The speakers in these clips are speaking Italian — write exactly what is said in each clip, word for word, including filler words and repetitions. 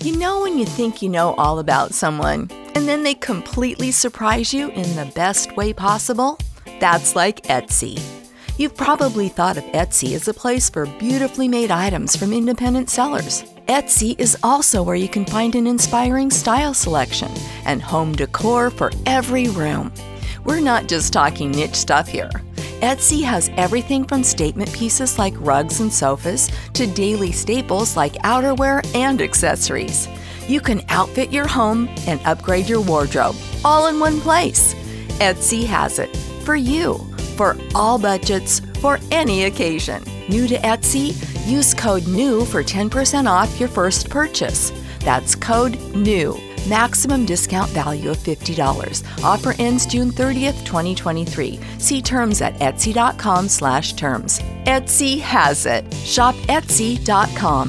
You know when you think you know all about someone, and then they completely surprise you in the best way possible? That's like Etsy. You've probably thought of Etsy as a place for beautifully made items from independent sellers. Etsy is also where you can find an inspiring style selection and home decor for every room. We're not just talking niche stuff here. Etsy has everything from statement pieces like rugs and sofas to daily staples like outerwear and accessories. You can outfit your home and upgrade your wardrobe all in one place. Etsy has it for you, for all budgets, for any occasion. New to Etsy? Use code NEW for ten percent off your first purchase. That's code NEW. Maximum discount value of fifty dollars. Offer ends June thirtieth, twenty twenty-three. See terms at etsy.com slash terms. Etsy has it. Shop etsy dot com.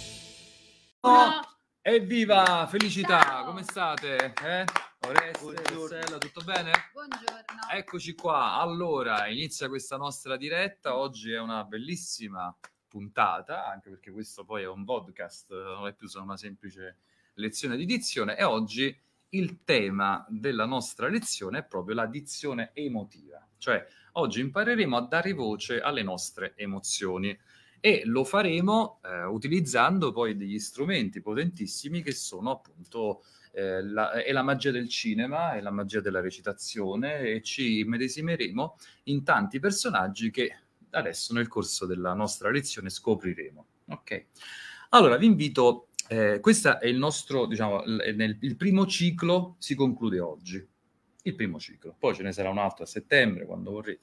Oh, evviva! Felicità! Come state? Eh? Oreste, Rossella, tutto bene? Buongiorno. Eccoci qua. Allora, inizia questa nostra diretta. Oggi è una bellissima puntata, anche perché questo poi è un podcast, non è più solo una semplice lezione di dizione, e oggi il tema della nostra lezione è proprio la dizione emotiva, cioè oggi impareremo a dare voce alle nostre emozioni e lo faremo eh, utilizzando poi degli strumenti potentissimi che sono appunto eh, la, è la magia del cinema, è la magia della recitazione, e ci immedesimeremo in tanti personaggi che adesso nel corso della nostra lezione scopriremo. Ok? Allora vi invito. Eh, questo è il nostro, diciamo, il, nel, il primo ciclo si conclude oggi, il primo ciclo, poi ce ne sarà un altro a settembre, quando vorrete.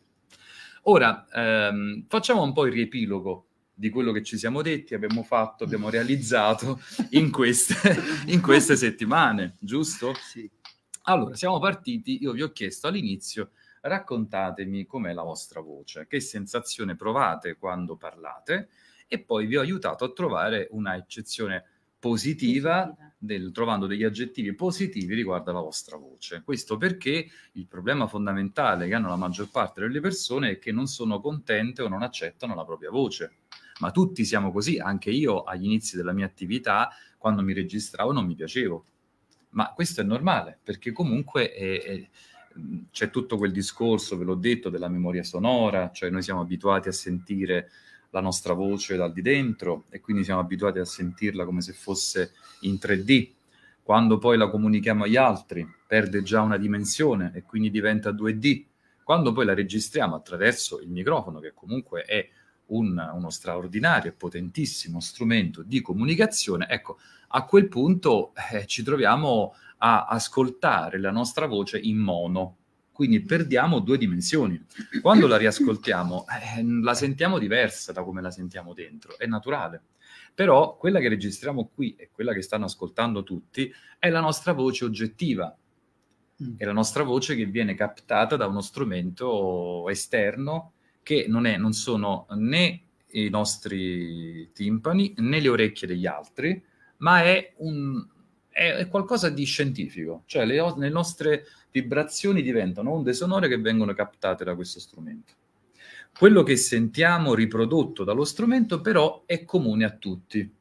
Ora, ehm, facciamo un po' il riepilogo di quello che ci siamo detti, abbiamo fatto, abbiamo realizzato in queste, in queste settimane, giusto? Sì. Allora, siamo partiti, io vi ho chiesto all'inizio, raccontatemi com'è la vostra voce, che sensazione provate quando parlate, e poi vi ho aiutato a trovare una eccezione positiva, del, trovando degli aggettivi positivi riguardo alla vostra voce. Questo perché il problema fondamentale che hanno la maggior parte delle persone è che non sono contente o non accettano la propria voce. Ma tutti siamo così, anche io agli inizi della mia attività, quando mi registravo non mi piacevo. Ma questo è normale, perché comunque è, è, c'è tutto quel discorso, ve l'ho detto, della memoria sonora, cioè noi siamo abituati a sentire la nostra voce dal di dentro e quindi siamo abituati a sentirla come se fosse in tre D. Quando poi la comunichiamo agli altri perde già una dimensione e quindi diventa due D. Quando poi la registriamo attraverso il microfono, che comunque è un, uno straordinario e potentissimo strumento di comunicazione, ecco, a quel punto eh, ci troviamo a ascoltare la nostra voce in mono. Quindi perdiamo due dimensioni. Quando la riascoltiamo, eh, la sentiamo diversa da come la sentiamo dentro, è naturale. Però quella che registriamo qui e quella che stanno ascoltando tutti è la nostra voce oggettiva. È la nostra voce che viene captata da uno strumento esterno che non, è, non sono né i nostri timpani né le orecchie degli altri, ma è un... è qualcosa di scientifico, cioè le, le nostre vibrazioni diventano onde sonore che vengono captate da questo strumento. Quello che sentiamo riprodotto dallo strumento però è comune a tutti.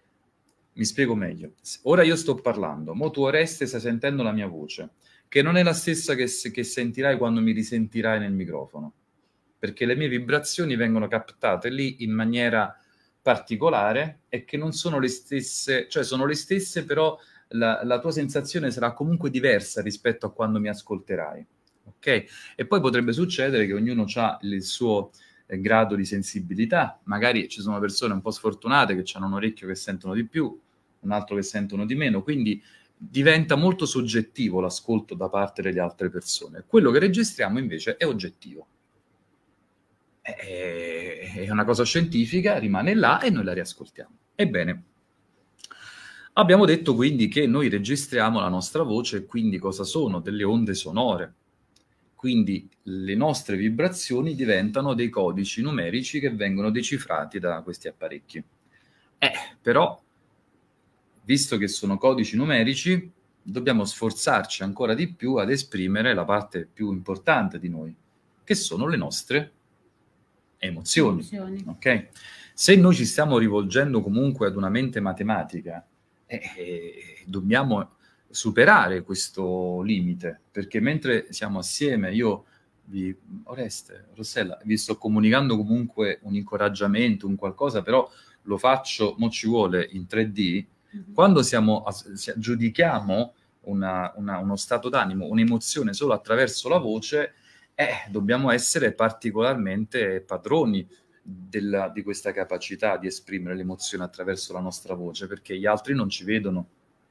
Mi spiego meglio. Ora io sto parlando, mo tu Oreste stai sentendo la mia voce, che non è la stessa che, che sentirai quando mi risentirai nel microfono, perché le mie vibrazioni vengono captate lì in maniera particolare e che non sono le stesse, cioè sono le stesse però La, la tua sensazione sarà comunque diversa rispetto a quando mi ascolterai, ok? E poi potrebbe succedere che ognuno ha il suo eh, grado di sensibilità, magari ci sono persone un po' sfortunate che hanno un orecchio che sentono di più, un altro che sentono di meno, quindi diventa molto soggettivo l'ascolto da parte delle altre persone. Quello che registriamo invece è oggettivo. È, è una cosa scientifica, rimane là e noi la riascoltiamo. Ebbene, abbiamo detto quindi che noi registriamo la nostra voce, quindi cosa sono? Delle onde sonore. Quindi le nostre vibrazioni diventano dei codici numerici che vengono decifrati da questi apparecchi. Eh, però, visto che sono codici numerici, dobbiamo sforzarci ancora di più ad esprimere la parte più importante di noi, che sono le nostre emozioni. Emozioni. Ok? Se noi ci stiamo rivolgendo comunque ad una mente matematica, eh, eh, dobbiamo superare questo limite, perché mentre siamo assieme, io vi, Oreste, Rossella, vi sto comunicando comunque un incoraggiamento, un qualcosa, però lo faccio, mo ci vuole in tre D, mm-hmm. Quando siamo, giudichiamo una, una, uno stato d'animo, un'emozione solo attraverso la voce, eh, dobbiamo essere particolarmente padroni della, di questa capacità di esprimere l'emozione attraverso la nostra voce, perché gli altri non ci vedono,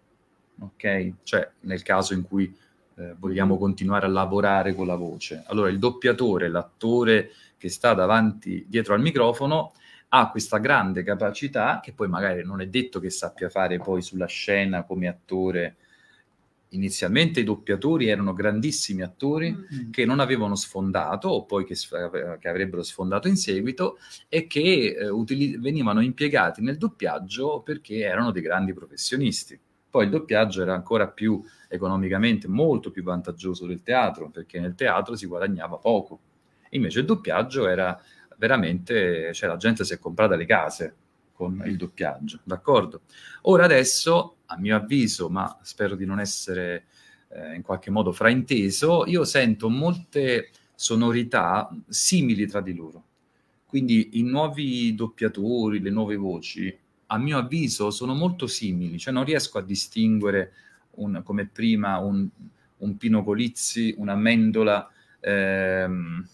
ok? Cioè, nel caso in cui eh, vogliamo continuare a lavorare con la voce. Allora, il doppiatore, l'attore che sta davanti, dietro al microfono, ha questa grande capacità, che poi magari non è detto che sappia fare poi sulla scena come attore. Inizialmente i doppiatori erano grandissimi attori mm. che non avevano sfondato, o poi che, che avrebbero sfondato in seguito, e che eh, utili- venivano impiegati nel doppiaggio perché erano dei grandi professionisti. Poi il doppiaggio era ancora più economicamente molto più vantaggioso del teatro, perché nel teatro si guadagnava poco. Invece il doppiaggio era veramente, cioè la gente si è comprata le case con il doppiaggio, d'accordo? Ora adesso, a mio avviso, ma spero di non essere eh, in qualche modo frainteso, io sento molte sonorità simili tra di loro. Quindi i nuovi doppiatori, le nuove voci, a mio avviso sono molto simili, cioè non riesco a distinguere un, come prima un, un Pino Colizzi, una Mendola, ehm,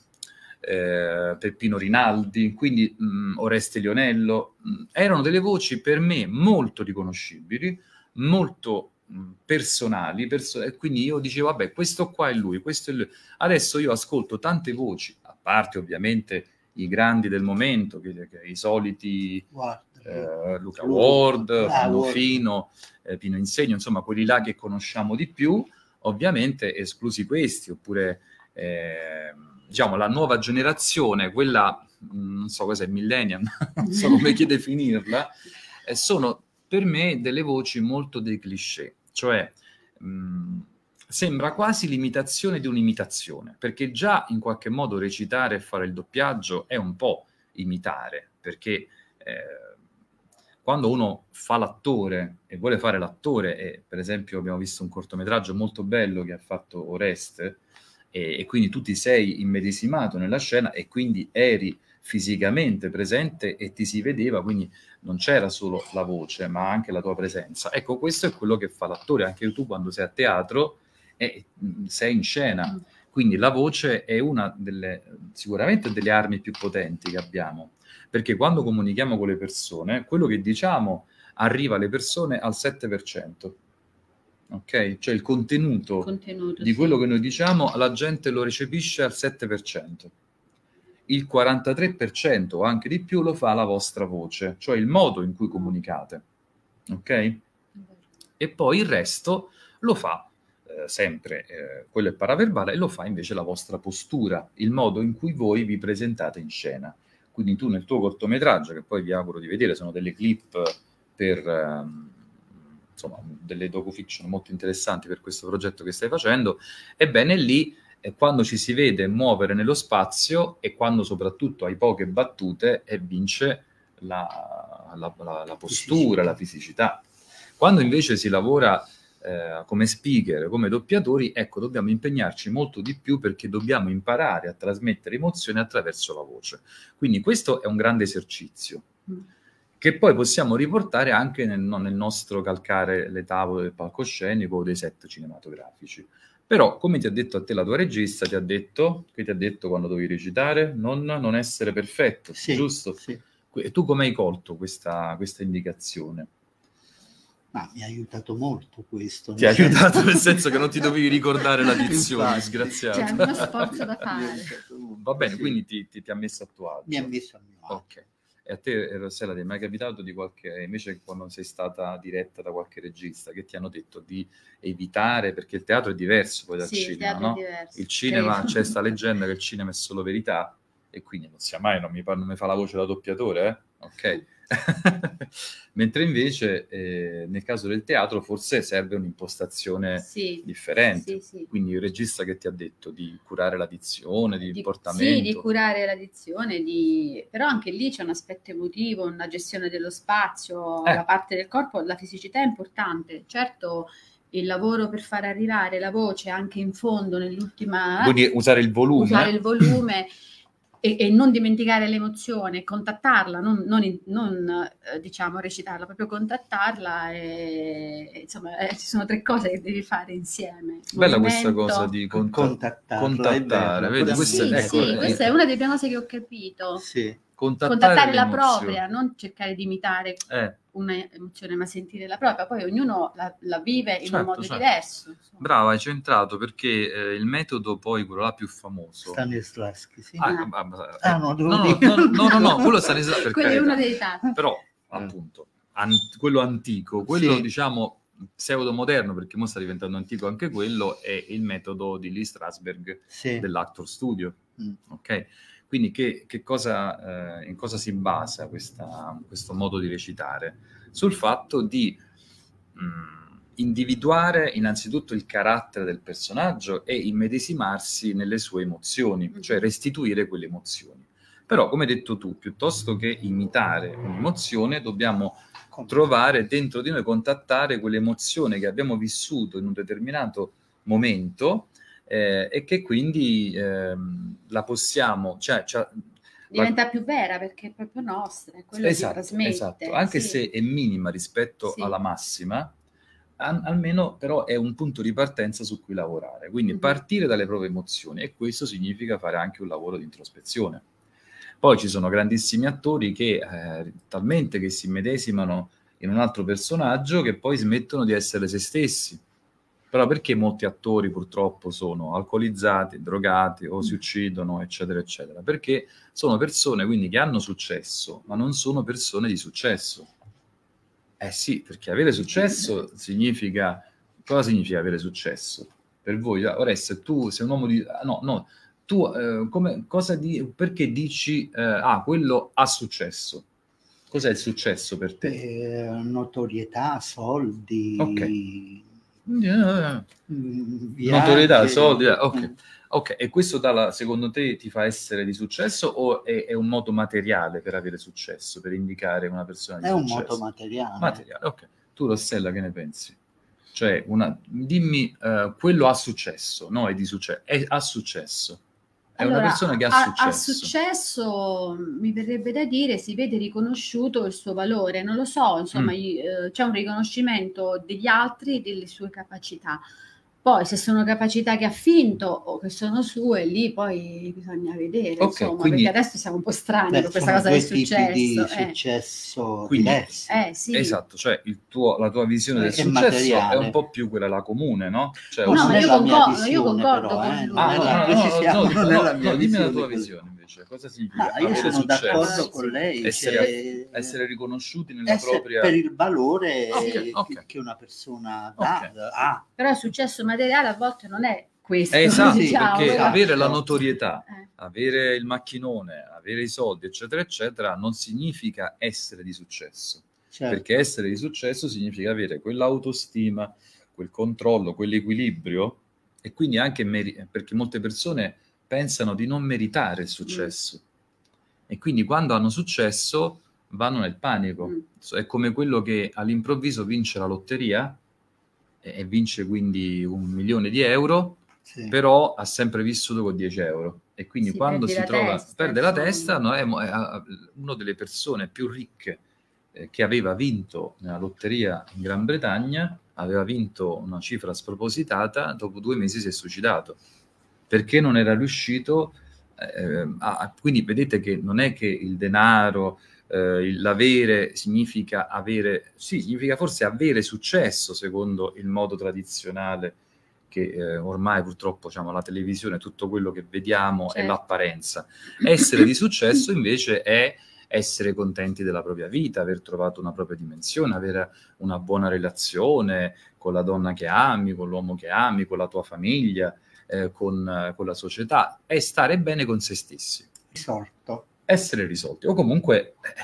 eh, Peppino Rinaldi, quindi mh, Oreste Lionello, mh, erano delle voci per me molto riconoscibili, molto mh, personali, perso- e quindi io dicevo, vabbè, questo qua è lui, questo è lui. Adesso io ascolto tante voci, a parte ovviamente i grandi del momento, che, che, i soliti eh, Luca Ward, Pannofino, eh, Pino Insegno, insomma quelli là che conosciamo di più, ovviamente esclusi questi, oppure eh, diciamo la nuova generazione, quella, non so cos'è, millennial, non so come che definirla, eh, sono per me delle voci molto dei cliché, cioè mh, sembra quasi l'imitazione di un'imitazione, perché già in qualche modo recitare e fare il doppiaggio è un po' imitare, perché eh, quando uno fa l'attore e vuole fare l'attore, e per esempio abbiamo visto un cortometraggio molto bello che ha fatto Oreste, e, e quindi tu ti sei immedesimato nella scena e quindi eri fisicamente presente e ti si vedeva, quindi non c'era solo la voce, ma anche la tua presenza. Ecco, questo è quello che fa l'attore, anche tu quando sei a teatro e sei in scena. Quindi la voce è una delle, sicuramente delle armi più potenti che abbiamo, perché quando comunichiamo con le persone, quello che diciamo arriva alle persone al sette per cento. Ok? Cioè il contenuto, contenuto di sì. quello che noi diciamo, la gente lo recepisce al sette per cento. Il quarantatré per cento o anche di più lo fa la vostra voce, cioè il modo in cui comunicate. Ok? E poi il resto lo fa eh, sempre, eh, quello è paraverbale, e lo fa invece la vostra postura, il modo in cui voi vi presentate in scena. Quindi tu nel tuo cortometraggio, che poi vi auguro di vedere, sono delle clip per ehm, insomma delle docufiction molto interessanti per questo progetto che stai facendo, ebbene lì eh, quando ci si vede muovere nello spazio e quando soprattutto hai poche battute e vince la, la, la, la postura, la fisicità. Quando invece si lavora eh, come speaker, come doppiatori, ecco, dobbiamo impegnarci molto di più perché dobbiamo imparare a trasmettere emozioni attraverso la voce. Quindi questo è un grande esercizio, mm. che poi possiamo riportare anche nel, no, nel nostro calcare le tavole del palcoscenico o dei set cinematografici. Però, come ti ha detto a te la tua regista, ti ha detto, che ti ha detto quando dovevi recitare, non, non essere perfetto, sì, giusto? Sì. E tu come hai colto questa, questa indicazione? Ma mi ha aiutato molto questo. Ti ha aiutato nel senso che non ti dovevi ricordare la dizione, disgraziato. C'è uno sforzo da fare. Va bene, sì. Quindi ti, ti, ti ha messo a tuo agio. Mi ha messo a mio agio. Ok. E a te, Rossella, ti è mai capitato di qualche, invece quando sei stata diretta da qualche regista, che ti hanno detto di evitare, perché il teatro è diverso poi dal sì, cinema, il no? È diverso. Il cinema, c'è sta leggenda che il cinema è solo verità, e quindi non sia mai, non mi, non mi fa la voce da doppiatore, eh? Ok? Mentre invece eh, nel caso del teatro forse serve un'impostazione Sì, differente. sì, sì. Quindi il regista che ti ha detto di curare la dizione, di, Di, portamento. sì, di curare la dizione, di... però anche lì c'è un aspetto emotivo, una gestione dello spazio, Eh. la parte del corpo, la fisicità è importante. Certo, il lavoro per far arrivare la voce anche in fondo nell'ultima... Quindi usare il volume. Usare il volume e, e non dimenticare l'emozione, contattarla, non, non, non eh, diciamo recitarla, proprio contattarla e, e insomma eh, ci sono tre cose che devi fare insieme. Bella Movimento, questa cosa di cont- Contattarla, contattare, è vero, vedi, pure questa, sì, a me, ecco, sì, eh, questa è una delle prime cose che ho capito. Sì. contattare, Contattare la l'emozione. propria, non cercare di imitare Eh, una emozione, ma sentire la propria. Poi ognuno la, la vive in Certo, un modo certo. diverso. insomma. brava, hai centrato, perché eh, il metodo poi, quello là più famoso... Stanislavski, sì. Ah, Ah. ah, ah, Ah, eh, no, no, devo no, dire. no, no, no, no, quello Stanislavski, per Quello è carità. uno dei tanti. Però, appunto, an- quello antico, quello Sì. diciamo pseudo-moderno, perché ora sta diventando antico anche quello, è il metodo di Lee Strasberg Sì. dell'Actor Studio, Mm. ok? Quindi che, che cosa, eh, in cosa si basa questa, questo modo di recitare? Sul fatto di mh, individuare innanzitutto il carattere del personaggio e immedesimarsi nelle sue emozioni, Mhm. cioè restituire quelle emozioni. Però, come hai detto tu, piuttosto che imitare un'emozione, dobbiamo trovare dentro di noi, contattare quell'emozione che abbiamo vissuto in un determinato momento eh, e che quindi ehm, la possiamo, cioè, cioè Diventa la- più vera perché è proprio nostra, è quello esatto, che trasmette. esatto, anche sì. se è minima rispetto Sì. alla massima, al- almeno però è un punto di partenza su cui lavorare. Quindi Mhm. partire dalle proprie emozioni, e questo significa fare anche un lavoro di introspezione. Poi ci sono grandissimi attori che eh, talmente che si immedesimano in un altro personaggio che poi smettono di essere se stessi. Però perché molti attori purtroppo sono alcolizzati, drogati o si uccidono, eccetera, eccetera? Perché sono persone quindi che hanno successo, ma non sono persone di successo. Eh sì, perché avere successo significa... Cosa significa avere successo? Per voi, Oreste, tu sei un uomo di... ah, no, no, tu eh, come, cosa di... perché dici, eh, ah, quello ha successo? Cos'è il successo per te? Eh, notorietà, soldi, Ok. Yeah. mm, Notorietà, viaggi. soldi, eh, ok. Mm. Ok, e questo dalla, secondo te ti fa essere di successo o è, è un modo materiale per avere successo, per indicare una persona di È un successo? modo materiale. Materiale, ok. Tu, Rossella, che ne pensi? Cioè, una, dimmi, eh, quello ha successo, no? È di successo, è, ha successo. È Allora, una persona che ha, ha, successo. ha successo, mi verrebbe da dire, si vede riconosciuto il suo valore, non lo so, insomma, Mm. i- eh, c'è un riconoscimento degli altri e delle sue capacità. Poi se sono capacità che ha finto o che sono sue, lì poi bisogna vedere, Ok, insomma, quindi- perché adesso siamo un po' strani Beh, con questa sono cosa due che è tipi successo. di eh. successo Quindi- diversi. Eh, sì. Esatto, cioè il tuo, la tua visione del È successo materiale. è un po' più quella la comune, no? Cioè, No, un No, non ma è io la mia concordo, io visione, concordo però, con eh, lui. non è Ah, no, la- no, no, precisiamo, no, no, non è no, la no, mia dimmi la visione tua quella. visione invece. Cosa significa Ah, io avere sono successo? d'accordo Sì, con sì. lei. Essere, che- essere riconosciuti nella essere propria... per il valore Ok, ok. che- che una persona dà, Ok. ha. Però il successo materiale a volte non è questo. Eh, esatto, diciamo, perché però- avere la notorietà, Eh. avere il macchinone, avere i soldi, eccetera, eccetera, non significa essere di successo. Certo. Perché essere di successo significa avere quell'autostima, quel controllo, quell'equilibrio, e quindi anche meri- perché molte persone pensano di non meritare il successo. E quindi quando hanno successo vanno nel panico. Mm. È come quello che all'improvviso vince la lotteria e e vince quindi un milione di euro, Sì. però ha sempre vissuto con dieci euro. E quindi Sì, quando perdi si la trova, testa, perde la insomma. testa, no, è, mo- è- è una delle persone più ricche eh, che aveva vinto nella lotteria in Gran Bretagna, aveva vinto una cifra spropositata, dopo due mesi si è suicidato, perché non era riuscito eh, a... Quindi vedete che non è che il denaro, eh, il- l'avere significa avere, sì, significa forse avere successo, secondo il modo tradizionale che eh, ormai purtroppo diciamo, la televisione, tutto quello che vediamo è Certo. l'apparenza. Essere di successo invece è essere contenti della propria vita, aver trovato una propria dimensione, avere una buona relazione con la donna che ami, con l'uomo che ami, con la tua famiglia, eh, con, eh, con la società, è stare bene con se stessi, Risorto. essere risolti. O comunque, eh,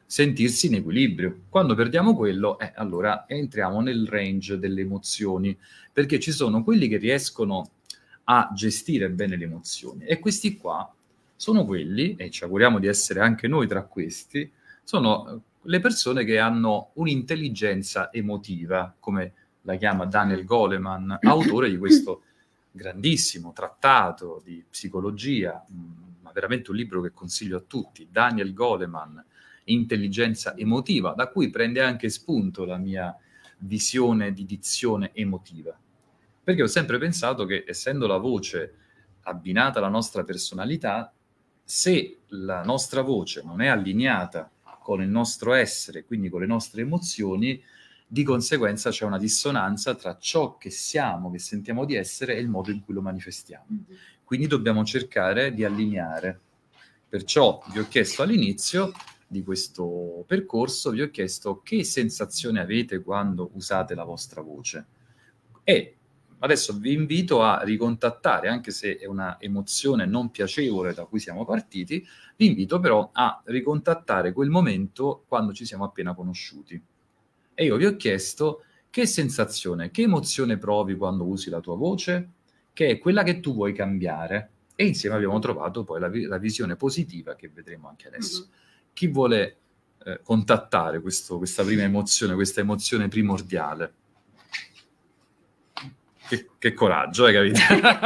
sentirsi in equilibrio. Quando perdiamo quello, eh, allora entriamo nel range delle emozioni, perché ci sono quelli che riescono a gestire bene le emozioni e questi qua sono quelli, e ci auguriamo di essere anche noi tra questi, sono le persone che hanno un'intelligenza emotiva, come la chiama Daniel Goleman, autore di questo grandissimo trattato di psicologia, ma veramente un libro che consiglio a tutti, Daniel Goleman, Intelligenza emotiva, da cui prende anche spunto la mia visione di dizione emotiva. Perché ho sempre pensato che, essendo la voce abbinata alla nostra personalità, se la nostra voce non è allineata con il nostro essere, quindi con le nostre emozioni, di conseguenza c'è una dissonanza tra ciò che siamo, che sentiamo di essere, e il modo in cui lo manifestiamo. Mm-hmm. Quindi dobbiamo cercare di allineare. Perciò vi ho chiesto all'inizio di questo percorso, vi ho chiesto che sensazione avete quando usate la vostra voce. E adesso vi invito a ricontattare, anche se è una emozione non piacevole da cui siamo partiti, vi invito però a ricontattare quel momento quando ci siamo appena conosciuti. E io vi ho chiesto che sensazione, che emozione provi quando usi la tua voce, che è quella che tu vuoi cambiare. E insieme abbiamo trovato poi la, la visione positiva che vedremo anche adesso. Mm-hmm. Chi vuole eh, contattare questo, questa prima emozione, questa emozione primordiale? Che, che coraggio, hai capito?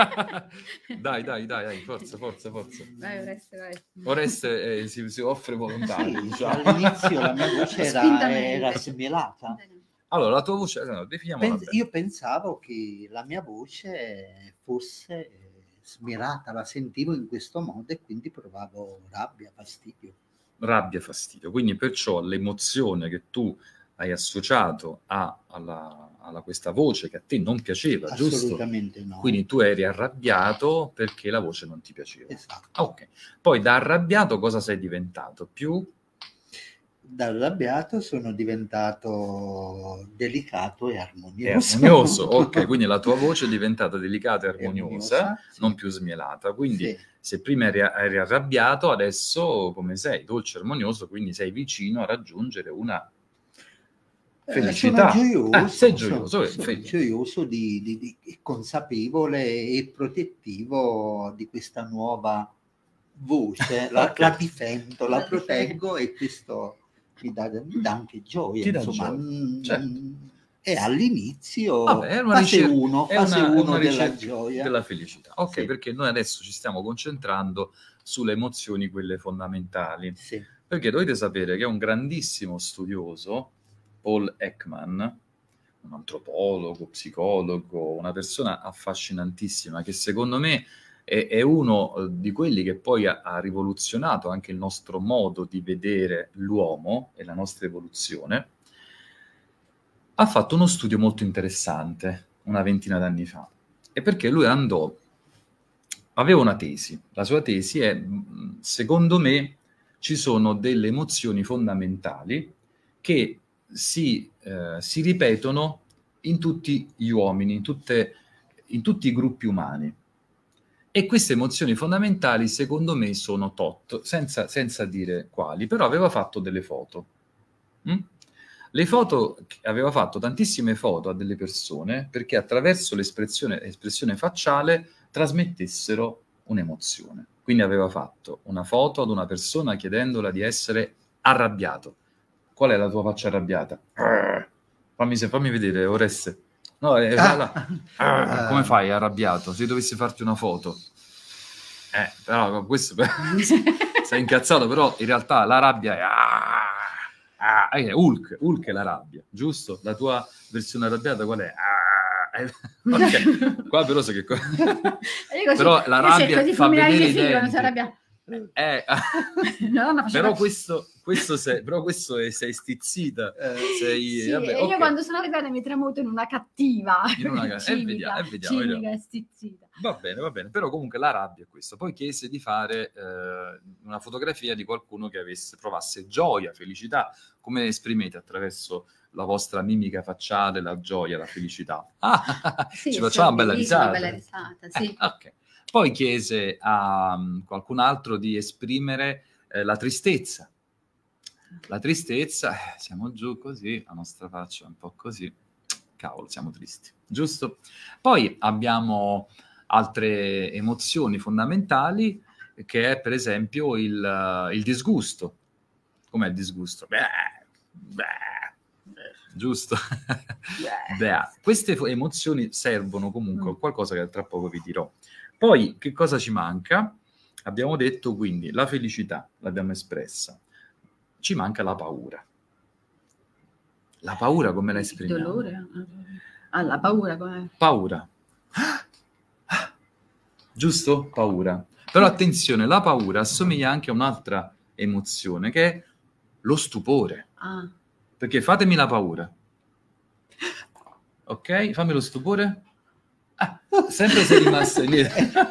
dai, dai, dai, dai, forza, forza, forza. Vai, Oreste, vai. Oreste eh, si, si offre volontario, sì, diciamo. All'inizio la mia voce era, era smelata. Allora, la tua voce, no, definiamola Pens- io pensavo che la mia voce fosse smelata, la sentivo in questo modo e quindi provavo rabbia, fastidio. Rabbia, fastidio. Quindi perciò l'emozione che tu hai associato a, alla, alla questa voce che a te non piaceva, giusto? Assolutamente no. Quindi tu eri arrabbiato perché la voce non ti piaceva. Esatto. Ok. Poi da arrabbiato cosa sei diventato? Più? Da arrabbiato sono diventato delicato e armonioso. E armonioso, ok. Quindi la tua voce è diventata delicata e armoniosa, armoniosa sì. Non più smielata. Quindi sì. se prima eri, eri arrabbiato, adesso come sei? Dolce e armonioso, quindi sei vicino a raggiungere una felicità. Eh, sono gioioso, eh, sei gioioso, sono, sono gioioso di, di, di consapevole e protettivo di questa nuova voce, la, okay. la difendo, la proteggo e questo mi dà, mi dà anche gioia, Ti dà insomma. gioia. Mh, certo. E all'inizio Vabbè, è una fase ricerca, uno, è fase una, uno una della gioia. Della felicità. Ok, sì. Perché noi adesso ci stiamo concentrando sulle emozioni, quelle fondamentali. Sì. Perché dovete sapere che è un grandissimo studioso, Paul Ekman, un antropologo, psicologo, una persona affascinantissima che secondo me è, è uno di quelli che poi ha, ha rivoluzionato anche il nostro modo di vedere l'uomo e la nostra evoluzione. Ha fatto uno studio molto interessante una ventina d'anni fa. E perché lui andò, aveva una tesi. La sua tesi è, secondo me, ci sono delle emozioni fondamentali che si, eh, si ripetono in tutti gli uomini, in, tutte, in tutti i gruppi umani. E queste emozioni fondamentali, secondo me, sono tot, senza, senza dire quali, però aveva fatto delle foto. Mm? Le foto, aveva fatto tantissime foto a delle persone perché attraverso l'espressione, l'espressione facciale trasmettessero un'emozione. Quindi aveva fatto una foto ad una persona chiedendola di essere arrabbiato. Qual è la tua faccia arrabbiata? Fammi, fammi vedere, Oreste. No, eh, ah, ah, come fai arrabbiato? Se dovessi farti una foto. Eh, però questo sei incazzato, però in realtà la rabbia è ah, ah, è Hulk, Hulk è la rabbia, giusto? La tua versione arrabbiata qual è? Ah, eh, ok, qua però so che cosa. Però la rabbia fa vedere i denti. Eh, no, però questo, questo sei, però questo è, sei stizzita. Eh, sei, sì, vabbè, io okay. Quando sono arrabbiata mi tramuto in una cattiva, in una cinica, eh, vediamo, eh, vediamo, cinica vediamo. e stizzita. Va bene, va bene, però comunque la rabbia è questo. Poi chiese di fare eh, una fotografia di qualcuno che avesse, provasse gioia, felicità. Come esprimete attraverso la vostra mimica facciale la gioia, la felicità? Ah, sì, ci facciamo una bella risata. Una bella risata, sì. Eh, ok. Poi chiese a um, qualcun altro di esprimere eh, la tristezza. La tristezza, eh, siamo giù così, la nostra faccia è un po' così, cavolo, siamo tristi, giusto? Poi abbiamo altre emozioni fondamentali, che è per esempio il, il disgusto. Com'è il disgusto? Beh, beh, giusto? Beh, queste fo- emozioni servono comunque a qualcosa che tra poco vi dirò. Poi, che cosa ci manca? Abbiamo detto quindi la felicità, l'abbiamo espressa. Ci manca la paura. La paura come la Il esprimiamo? dolore? Ah, la paura com'è? Paura. Giusto? Paura. Però attenzione, la paura assomiglia anche a un'altra emozione, che è lo stupore. Ah. Perché fatemi la paura. Ok? Fammi lo stupore. Ah, sempre sei rimasta lì.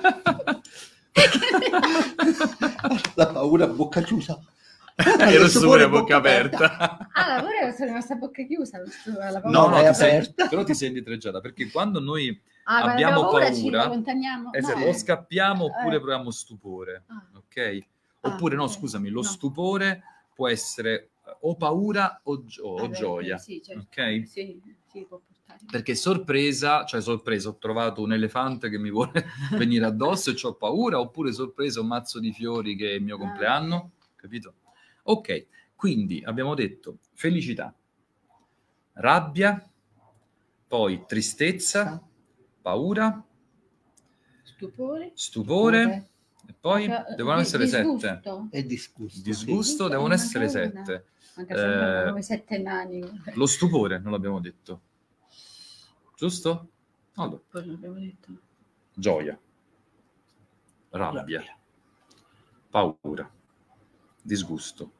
La paura a bocca chiusa. E lo stupore a bocca aperta. Ah, la paura sono rimasta a bocca chiusa. lo stu- La paura. No, No, no, è ti sei, aperta. però ti sei indietreggiata, perché quando noi Ah, quando abbiamo paura, ci paura, allontaniamo. esatto, No. o scappiamo oppure Eh. proviamo stupore, Ah. ok? Ah, Oppure no, ok. scusami, lo No. stupore può essere o paura o, gio- o Ah, beh, gioia, sì, certo. ok? Sì, sì, può portare. Perché sorpresa, cioè sorpresa, ho trovato un elefante che mi vuole venire addosso e ho paura, oppure sorpresa un mazzo di fiori che è il mio Ah, compleanno, capito? Ok, quindi abbiamo detto felicità, rabbia, poi tristezza, paura, Stupore. stupore, e poi Manca- devono di- essere sette. disgusto. E disgusto. Disgusto sì. devono Eh, essere manca una. sette. Manca sempre Eh, come sette nani. Lo stupore non l'abbiamo detto, giusto? Allora, Poi l'abbiamo detto. gioia, rabbia, Rabbia. paura, disgusto.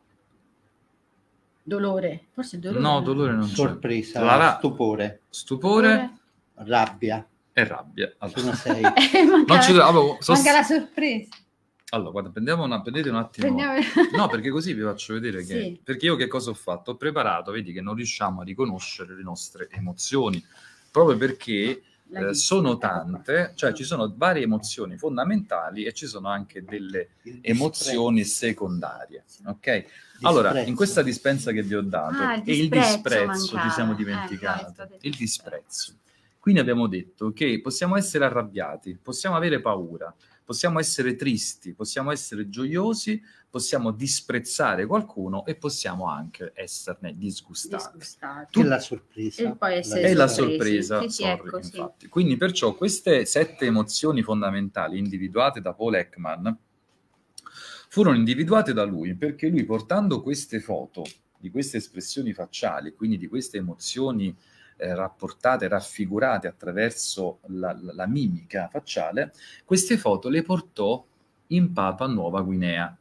Dolore. Forse il dolore. No, dolore non c'è. Sorpresa, La ra- stupore, stupore rabbia. e rabbia. Allora, Sono sei. Eh, manca, non ci allora, so- manca la sorpresa. allora, guarda, prendiamo una, prendete un attimo. Prendiamo... No, perché così vi faccio vedere che... Sì. Perché io che cosa ho fatto? Ho preparato, vedi che non riusciamo a riconoscere le nostre emozioni, proprio perché La eh, sono tante, cioè ci sono varie emozioni fondamentali e ci sono anche delle Il emozioni disprezzo. secondarie, ok? Allora, in Disprezzo. questa dispensa che vi ho dato, Ah, il e il disprezzo disprezzo ci mancava. siamo Eh, dimenticati, no, è stato il il disprezzo. Quindi abbiamo detto che possiamo essere arrabbiati, possiamo avere paura, possiamo essere tristi, possiamo essere gioiosi, possiamo disprezzare qualcuno e possiamo anche esserne disgustati. disgustati. E la sorpresa. E poi essere È la sorpresi. sorpresa, Sì, sì, sorry, ecco, sì. infatti. Quindi perciò queste sette emozioni fondamentali individuate da Paul Ekman furono individuate da lui perché lui, portando queste foto di queste espressioni facciali, quindi di queste emozioni eh, rapportate, raffigurate attraverso la, la, la mimica facciale, queste foto le portò in Papua Nuova Guinea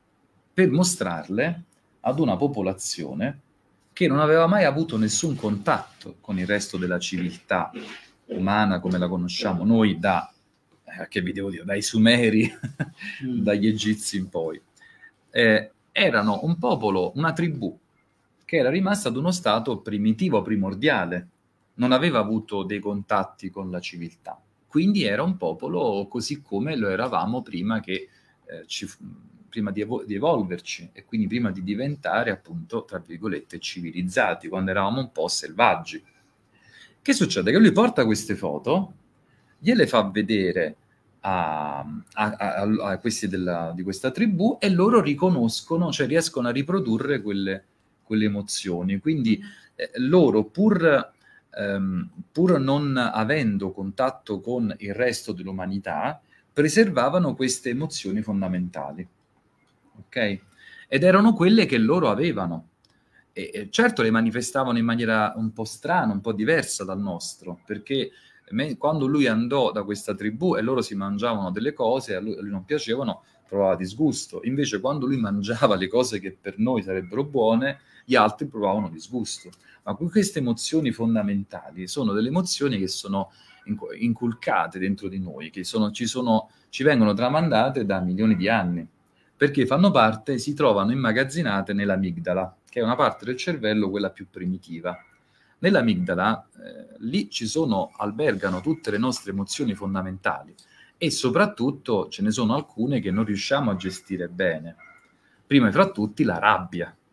per mostrarle ad una popolazione che non aveva mai avuto nessun contatto con il resto della civiltà umana come la conosciamo noi da, eh, che vi devo dire, dai Sumeri, Mm. dagli Egizi in poi. Eh, erano un popolo, una tribù, che era rimasta ad uno stato primitivo, primordiale, non aveva avuto dei contatti con la civiltà. Quindi era un popolo così come lo eravamo prima che eh, ci fu- prima di, evo- di evolverci e quindi prima di diventare appunto, tra virgolette, civilizzati, quando eravamo un po' selvaggi. Che succede? Che lui porta queste foto, gliele fa vedere a, a- a- a questi della- di questa tribù e loro riconoscono, cioè riescono a riprodurre quelle, quelle emozioni. Quindi eh, loro, pur, ehm, pur non avendo contatto con il resto dell'umanità, preservavano queste emozioni fondamentali. Ok? Ed erano quelle che loro avevano. E, e certo le manifestavano in maniera un po' strana, un po' diversa dal nostro, perché me- quando lui andò da questa tribù e loro si mangiavano delle cose, a lui, a lui non piacevano, provava disgusto. Invece quando lui mangiava le cose che per noi sarebbero buone, gli altri provavano disgusto. Ma que- queste emozioni fondamentali sono delle emozioni che sono incu- inculcate dentro di noi, che sono, ci, sono, ci vengono tramandate da milioni di anni, perché fanno parte, si trovano immagazzinate nell'amigdala, che è una parte del cervello, quella più primitiva. Nell'amigdala, eh, lì ci sono, albergano tutte le nostre emozioni fondamentali e soprattutto ce ne sono alcune che non riusciamo a gestire bene. Prima fra tutti la rabbia.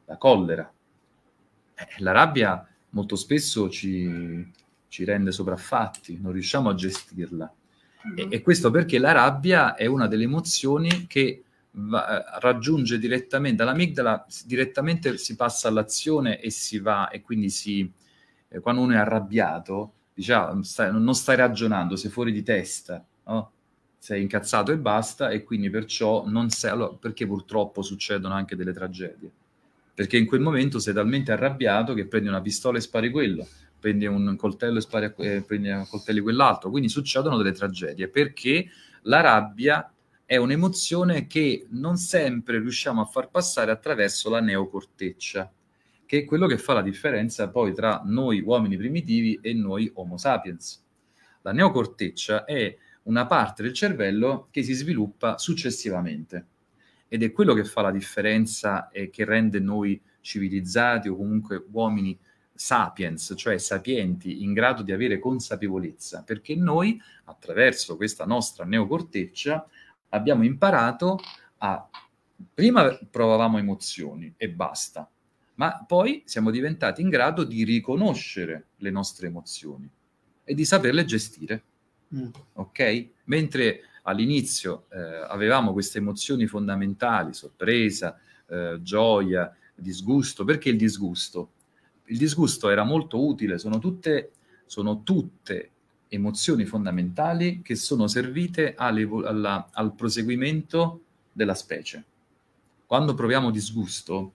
la collera. Eh, la rabbia molto spesso ci, ci rende sopraffatti, non riusciamo a gestirla. E, e questo perché la rabbia è una delle emozioni che va, raggiunge direttamente dall'amigdala, direttamente si passa all'azione e si va, e quindi si, eh, quando uno è arrabbiato, diciamo, stai, non stai ragionando, sei fuori di testa, no? Sei incazzato e basta, e quindi perciò non sei... Allora, perché purtroppo succedono anche delle tragedie? Perché in quel momento sei talmente arrabbiato che prendi una pistola e spari quello, prendi un coltello e spari a, eh, prendi a coltelli quell'altro, quindi succedono delle tragedie, perché la rabbia è un'emozione che non sempre riusciamo a far passare attraverso la neocorteccia, che è quello che fa la differenza poi tra noi uomini primitivi e noi Homo sapiens. La neocorteccia è una parte del cervello che si sviluppa successivamente, ed è quello che fa la differenza e che rende noi civilizzati o comunque uomini sapiens, cioè sapienti, in grado di avere consapevolezza, perché noi, attraverso questa nostra neocorteccia, abbiamo imparato a... Prima provavamo emozioni e basta, ma poi siamo diventati in grado di riconoscere le nostre emozioni e di saperle gestire. Mm. Ok? Mentre all'inizio eh, avevamo queste emozioni fondamentali, sorpresa, eh, gioia, disgusto. Perché il disgusto? Il disgusto era molto utile, sono tutte, sono tutte emozioni fondamentali che sono servite alla, al proseguimento della specie. Quando proviamo disgusto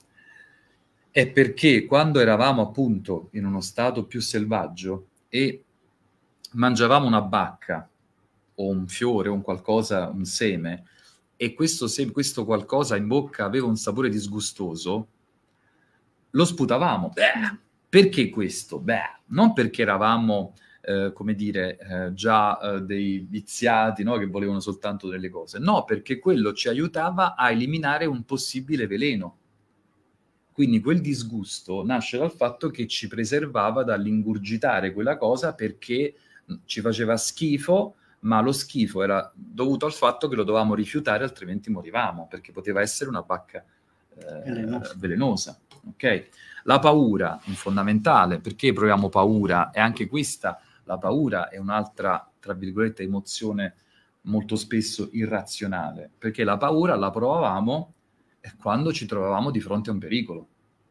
è perché quando eravamo appunto in uno stato più selvaggio e mangiavamo una bacca o un fiore o un qualcosa, un seme, e questo, se, questo qualcosa in bocca aveva un sapore disgustoso, lo sputavamo. Beh, perché questo? Beh, non perché eravamo, eh, come dire, eh, già eh, dei viziati, no? Che volevano soltanto delle cose. No, perché quello ci aiutava a eliminare un possibile veleno. Quindi quel disgusto nasce dal fatto che ci preservava dall'ingurgitare quella cosa, perché ci faceva schifo, ma lo schifo era dovuto al fatto che lo dovevamo rifiutare, altrimenti morivamo, perché poteva essere una bacca eh, velenosa. velenosa. Okay? La paura è fondamentale. Perché proviamo paura? E anche questa, la paura è un'altra, tra virgolette, emozione molto spesso irrazionale, perché la paura la provavamo quando ci trovavamo di fronte a un pericolo.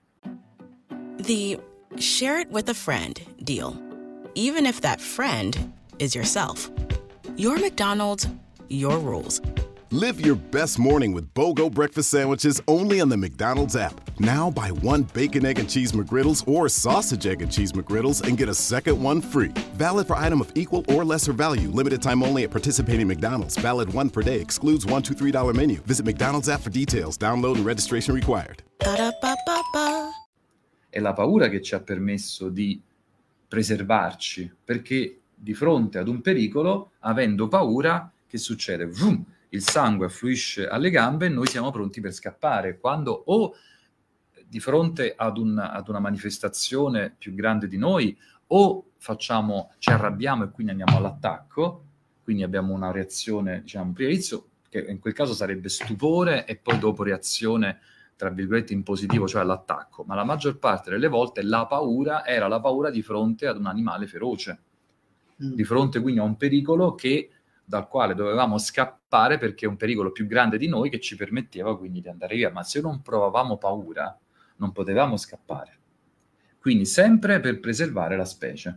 The share it with a friend deal, even if that friend is yourself. Your McDonald's, your rules. Live your best morning with BOGO breakfast sandwiches only on the McDonald's app. Now buy one bacon, egg, and cheese McGriddles or sausage, egg, and cheese McGriddles and get a second one free. Valid for item of equal or lesser value. Limited time only at participating McDonald's. Valid one per day. Excludes one, two, three dollar menu. Visit McDonald's app for details. Download and registration required. Ba-da-ba-ba-ba. È la paura che ci ha permesso di preservarci, perché di fronte ad un pericolo, avendo paura, che succede? Vroom! Il sangue affluisce alle gambe e noi siamo pronti per scappare, quando o di fronte ad, un, ad una manifestazione più grande di noi, o facciamo, ci arrabbiamo e quindi andiamo all'attacco, quindi abbiamo una reazione, diciamo, prima inizio, che in quel caso sarebbe stupore, e poi dopo reazione, tra virgolette, in positivo, cioè all'attacco. Ma la maggior parte delle volte la paura era la paura di fronte ad un animale feroce, mm. di fronte quindi a un pericolo che dal quale dovevamo scappare, perché è un pericolo più grande di noi che ci permetteva quindi di andare via. Ma se non provavamo paura, non potevamo scappare. Quindi sempre per preservare la specie.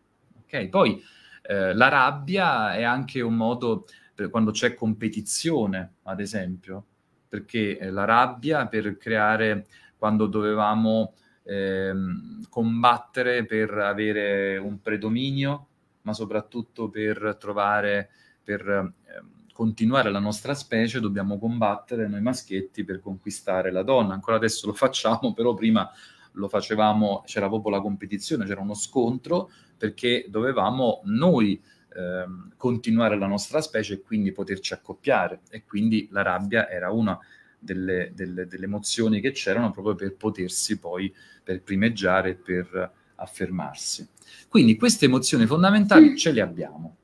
Ok? Poi eh, la rabbia è anche un modo, per quando c'è competizione, ad esempio, perché eh, la rabbia per creare, quando dovevamo eh, combattere per avere un predominio, ma soprattutto per trovare... per eh, continuare la nostra specie, dobbiamo combattere noi maschietti per conquistare la donna. Ancora adesso lo facciamo, però prima lo facevamo, c'era proprio la competizione, c'era uno scontro, perché dovevamo noi eh, continuare la nostra specie e quindi poterci accoppiare. E quindi la rabbia era una delle, delle, delle emozioni che c'erano proprio per potersi poi, per primeggiare e per affermarsi. Quindi queste emozioni fondamentali ce le abbiamo.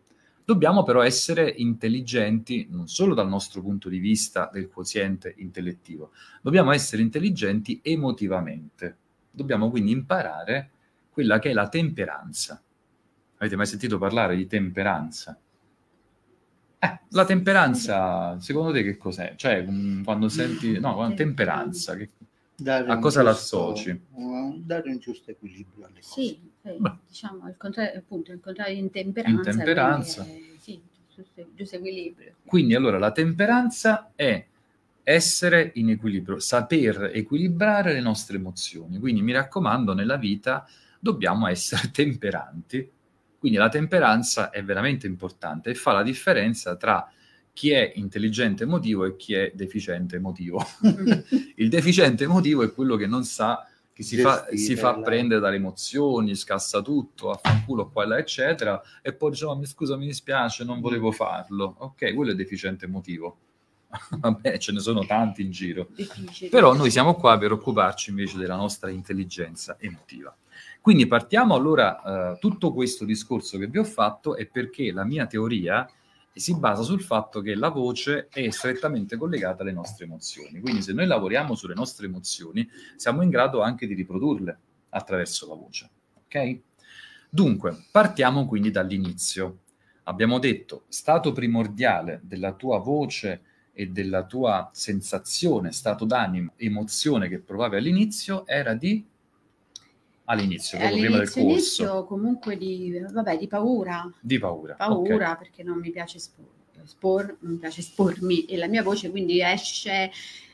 Dobbiamo però essere intelligenti non solo dal nostro punto di vista del quoziente intellettivo, dobbiamo essere intelligenti emotivamente. Dobbiamo quindi imparare quella che è la temperanza. Avete mai sentito parlare di temperanza? Eh, la temperanza, secondo te che cos'è? Cioè, um, quando senti... No, quando temperanza, che, Dare a un cosa giusto- l'associ? un- dare un giusto equilibrio alle cose. Sì, sì, Beh. diciamo il contrario, appunto, il contrario di intemperanza. Intemperanza. quindi è- sì, giusto, giusto equilibrio. Quindi allora la temperanza è essere in equilibrio, saper equilibrare le nostre emozioni. Quindi mi raccomando, nella vita dobbiamo essere temperanti. Quindi la temperanza è veramente importante e fa la differenza tra chi è intelligente emotivo e chi è deficiente emotivo. Il deficiente emotivo è quello che non sa, che si fa, Gestire si fa la- prendere dalle emozioni, scassa tutto, affanculo qua e là, eccetera, e poi dice, "Oh, mi scusa, mi dispiace, non volevo farlo." Ok, quello è deficiente emotivo. Vabbè, ce ne sono tanti in giro. Difficile. Però noi siamo qua per occuparci invece della nostra intelligenza emotiva. Quindi partiamo allora, eh, tutto questo discorso che vi ho fatto è perché la mia teoria si basa sul fatto che la voce è strettamente collegata alle nostre emozioni. Quindi se noi lavoriamo sulle nostre emozioni, siamo in grado anche di riprodurle attraverso la voce. Ok? Dunque, partiamo quindi dall'inizio. Abbiamo detto, stato primordiale della tua voce e della tua sensazione, stato d'animo, emozione che provavi all'inizio era di... All'inizio, proprio prima del All'inizio corso. inizio comunque di, vabbè, di paura. Di paura. Paura ok. perché non mi piace espor, espor- non mi piace espormi e la mia voce quindi esce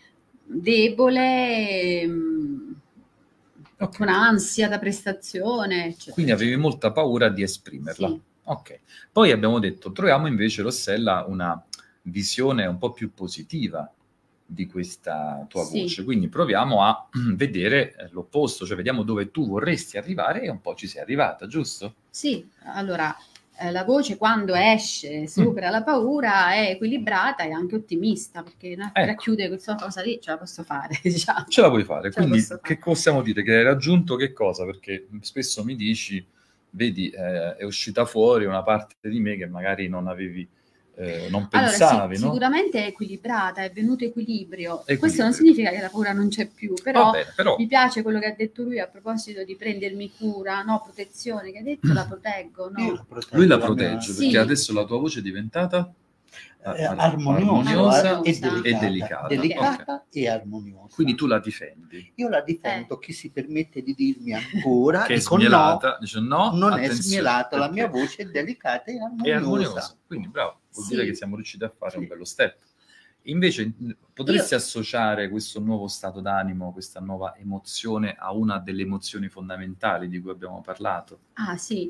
debole, ehm, Ok. con ansia da prestazione, eccetera. Quindi avevi molta paura di esprimerla. Sì. Ok. Poi abbiamo detto, troviamo invece, Rossella, una visione un po' più positiva di questa tua Sì. voce. Quindi proviamo a vedere eh, l'opposto, cioè vediamo dove tu vorresti arrivare e un po' ci sei arrivata, giusto? Sì, allora eh, la voce quando esce, supera la paura, è equilibrata e anche ottimista, perché no, Ecco. racchiude questa cosa lì, ce la posso fare, diciamo. Ce la puoi fare. Ce la Quindi posso fare. che possiamo dire? Che hai raggiunto che cosa? Perché spesso mi dici, vedi, eh, è uscita fuori una parte di me che magari non avevi, eh, non pensavi, Allora, sì, no? sicuramente è equilibrata, è venuto equilibrio. Equilibrio. Questo non significa che la paura non c'è più, però Va bene, però mi piace quello che ha detto lui a proposito di prendermi cura, no, protezione, che ha detto la proteggo, Io no? la proteggo, lui la mia- protegge Sì. perché adesso la tua voce è diventata eh, ar- armoniosa, e armoniosa. delicata, e delicata. delicata Ok. e armoniosa. Quindi tu la difendi. Io la difendo, chi si permette di dirmi ancora Che è dico smielata, dice no, no, non è attenzione, smielata, la mia perché voce è delicata e armoniosa. è armoniosa. Quindi bravo, vuol Sì. dire che siamo riusciti a fare un Sì. bello step. Invece potresti associare questo nuovo stato d'animo, questa nuova emozione a una delle emozioni fondamentali di cui abbiamo parlato? Ah sì,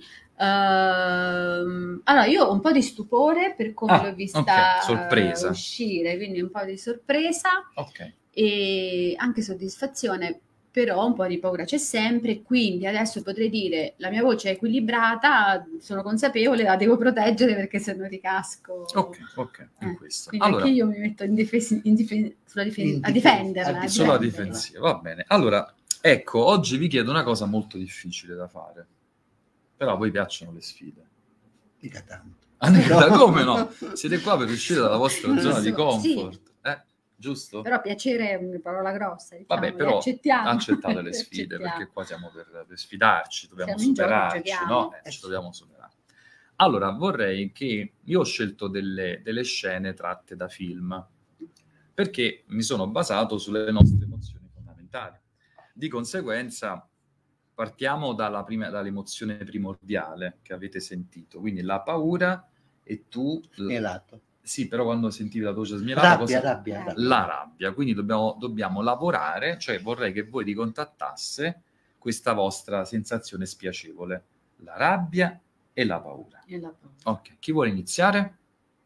Ehm, allora io ho un po' di stupore per come Ah, l'ho vista ok, sorpresa. eh, uscire, quindi un po' di sorpresa Ok. e anche soddisfazione, però un po' di paura c'è sempre, quindi adesso potrei dire la mia voce è equilibrata, sono consapevole, la devo proteggere perché se no ricasco. Ok, ok, in Eh, questo. Quindi Allora, anche io mi metto in difes- in difen- sulla difen- In a difen- difenderla. a a solo la difenderla. difensiva, va bene. Allora, ecco, oggi vi chiedo una cosa molto difficile da fare, però a voi piacciono le sfide. Mica tanto. Ah, netta, No. come no? Siete qua per uscire dalla vostra zona di Sì. comfort, eh? Giusto? Però piacere è una parola grossa, diciamo, Vabbè, le però accettiamo. accettate le sfide, Accettiamo. perché qua siamo per, per sfidarci, dobbiamo Siamo in gioco, superarci, giochiamo. no? Eh, ci dobbiamo superare. Allora, vorrei che io ho scelto delle, delle scene tratte da film, perché mi sono basato sulle nostre emozioni fondamentali. Di conseguenza, partiamo dalla prima, dall'emozione primordiale che avete sentito, quindi la paura e tu... Smielato. Sì, però quando sentivi la voce smielata... Rabbia, cosa- rabbia, rabbia. la rabbia, quindi dobbiamo, dobbiamo lavorare, cioè vorrei che voi ricontattasse questa vostra sensazione spiacevole, la rabbia e la paura. E la paura. Ok, chi vuole iniziare?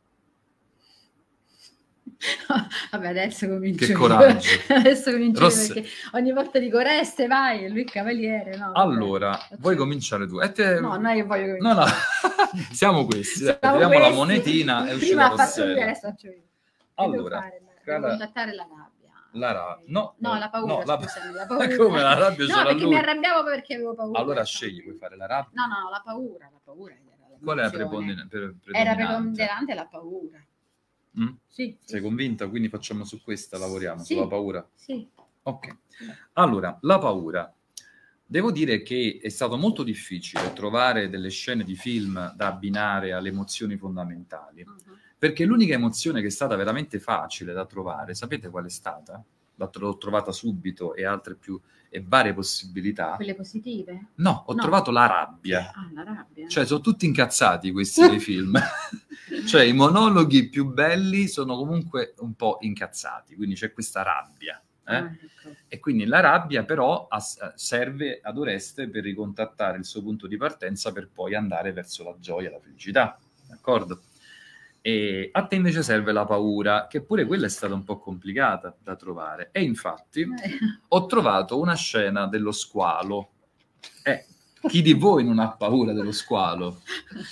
Vabbè, adesso comincio Che io. coraggio. Adesso comincio io Rosse- perché ogni volta dico reste, vai, e lui cavaliere, no? vabbè. Allora, vuoi cominciare tu? E te- No, non è che voglio No, cominciare. no, siamo questi, dai, Siamo tiriamo la questi. monetina e uscirà Prima ha fatto lui, Rossella. adesso faccio io. Che Allora, devo fare? Devo cara- contattare la rabbia. La rabbia, no, No, la paura, no, la- scusami, la paura. Come la rabbia ce No, l'ha perché lui? mi arrabbiavo perché avevo paura. Allora scegli, puoi fare la rabbia? No, no, la paura, la paura era la qual è la emozione. preponderen- pre- Era predominante? preponderante la paura. Mm? Sì, sì, Sei sì. convinta? Quindi facciamo su questa, lavoriamo, Sì. sulla paura? Sì. Ok. Allora, la paura. Devo dire che è stato molto difficile trovare delle scene di film da abbinare alle emozioni fondamentali, Mhm. perché l'unica emozione che è stata veramente facile da trovare, sapete qual è stata? La- L'ho trovata subito e altre più, e varie possibilità. Quelle positive? No, ho No. trovato la rabbia. Ah, la rabbia. Cioè, sono tutti incazzati questi dei film. Cioè, i monologhi più belli sono comunque un po' incazzati, quindi c'è questa rabbia. Eh? Ah, ecco. E quindi la rabbia però as- serve ad Oreste per ricontattare il suo punto di partenza per poi andare verso la gioia e la felicità, d'accordo? E a te invece serve la paura, che pure quella è stata un po' complicata da trovare. E infatti Eh. ho trovato una scena dello squalo. Eh, chi di voi non ha paura dello squalo?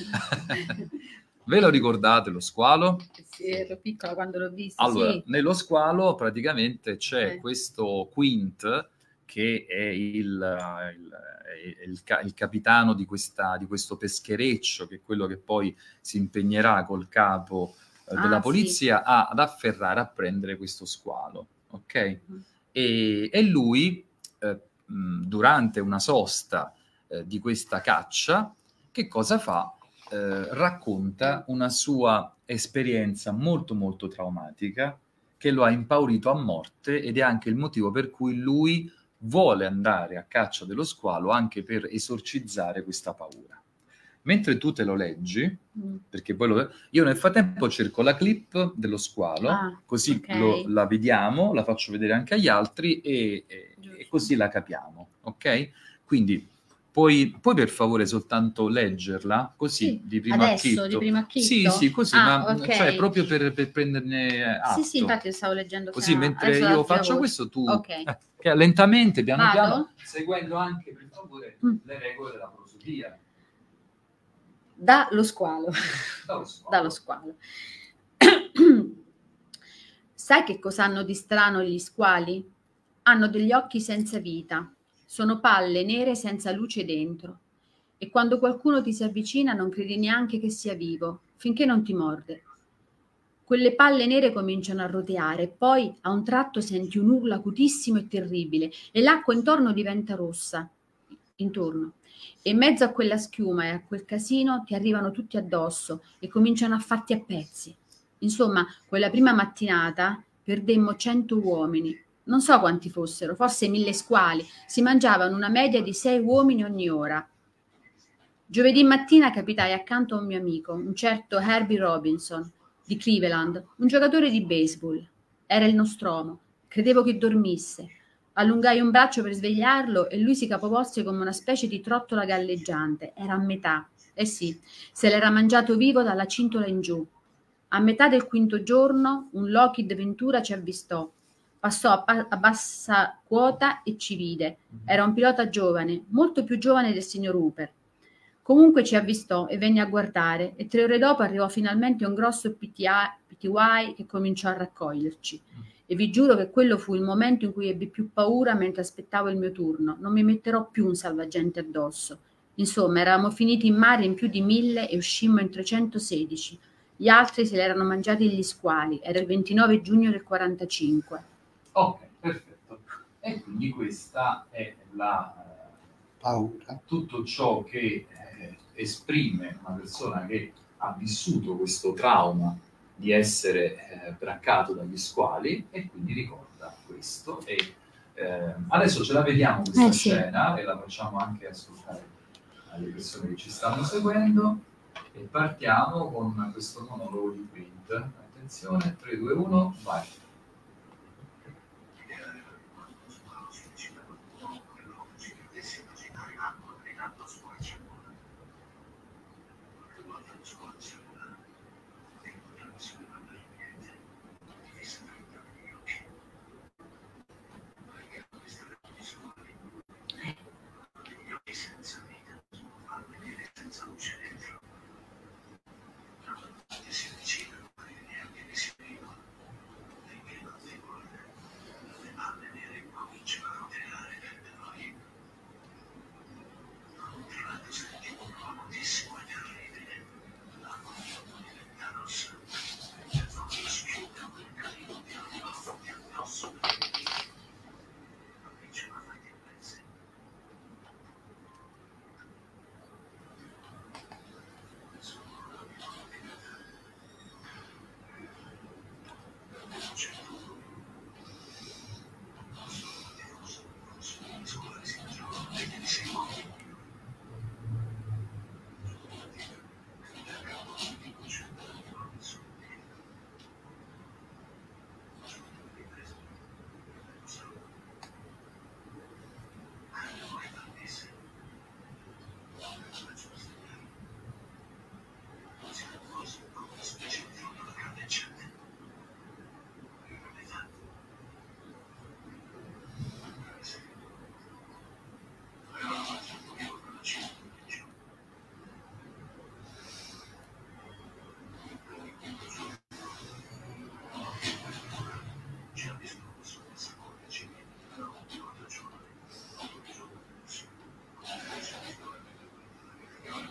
Ve lo ricordate lo squalo? Sì, ero piccola quando l'ho visto. Allora, Sì. nello squalo praticamente c'è Eh. questo Quint che è il, il, è il ca- il capitano di, questa, di questo peschereccio, che è quello che poi si impegnerà col capo eh, Ah, della sì. polizia a- ad afferrare, a prendere questo squalo, ok? Mhm. E, e lui, eh, mh, durante una sosta eh, di questa caccia, che cosa fa? Eh, racconta una sua esperienza molto molto traumatica che lo ha impaurito a morte, ed è anche il motivo per cui lui vuole andare a caccia dello squalo, anche per esorcizzare questa paura. Mentre tu te lo leggi, Mm. perché poi lo- io nel frattempo cerco la clip dello squalo, Ah, così ok. lo- la vediamo, la faccio vedere anche agli altri e, e- Giusto. e così la capiamo, ok? Quindi puoi, puoi per favore soltanto leggerla, così Sì, di primo adesso, acchitto? di primo acchitto? Sì, sì, così, Ah, ma ok. cioè proprio per, per prenderne atto. Sì, sì, infatti stavo leggendo. Così fra- mentre adesso io la tua faccio voce. questo, tu Ok. eh, che lentamente, piano Vado? piano, seguendo anche per favore Mm. le regole della prosodia. Dallo squalo. Dallo squalo. Dallo squalo. Sai che cosa hanno di strano gli squali? Hanno degli occhi senza vita, sono palle nere senza luce dentro. E quando qualcuno ti si avvicina non credi neanche che sia vivo, finché non ti morde. Quelle palle nere cominciano a roteare, poi a un tratto senti un urlo acutissimo e terribile e l'acqua intorno diventa rossa. Intorno. E in mezzo a quella schiuma e a quel casino ti arrivano tutti addosso e cominciano a farti a pezzi. Insomma, quella prima mattinata perdemmo cento uomini. Non so quanti fossero, forse mille squali. Si mangiavano una media di sei uomini ogni ora. Giovedì mattina capitai accanto a un mio amico, un certo Herbie Robinson, di Cleveland, un giocatore di baseball. Era il Nostromo. Credevo che dormisse. Allungai un braccio per svegliarlo e lui si capovolse come una specie di trottola galleggiante. Era a metà. Eh sì, se l'era mangiato vivo dalla cintola in giù. A metà del quinto giorno un Lockheed Ventura ci avvistò. Passò a, pa- a bassa quota e ci vide. Era un pilota giovane, molto più giovane del signor Hooper. Comunque ci avvistò e venne a guardare e tre ore dopo arrivò finalmente un grosso P T Y che cominciò a raccoglierci. E vi giuro che quello fu il momento in cui ebbi più paura mentre aspettavo il mio turno. Non mi metterò più un salvagente addosso. Insomma, eravamo finiti in mare in più di mille e uscimmo in trecentosedici. Gli altri se li erano mangiati gli squali. Era il ventinove giugno del quarantacinque. Ok, perfetto. E quindi questa è la eh, Paura. tutto ciò che eh, esprime una persona che ha vissuto questo trauma di essere eh, braccato dagli squali, e quindi ricorda questo. E eh, adesso ce la vediamo questa Eh, sì. scena e la facciamo anche ascoltare alle persone che ci stanno seguendo, e partiamo con questo monologo di Quint. Attenzione, tre, due, uno, vai.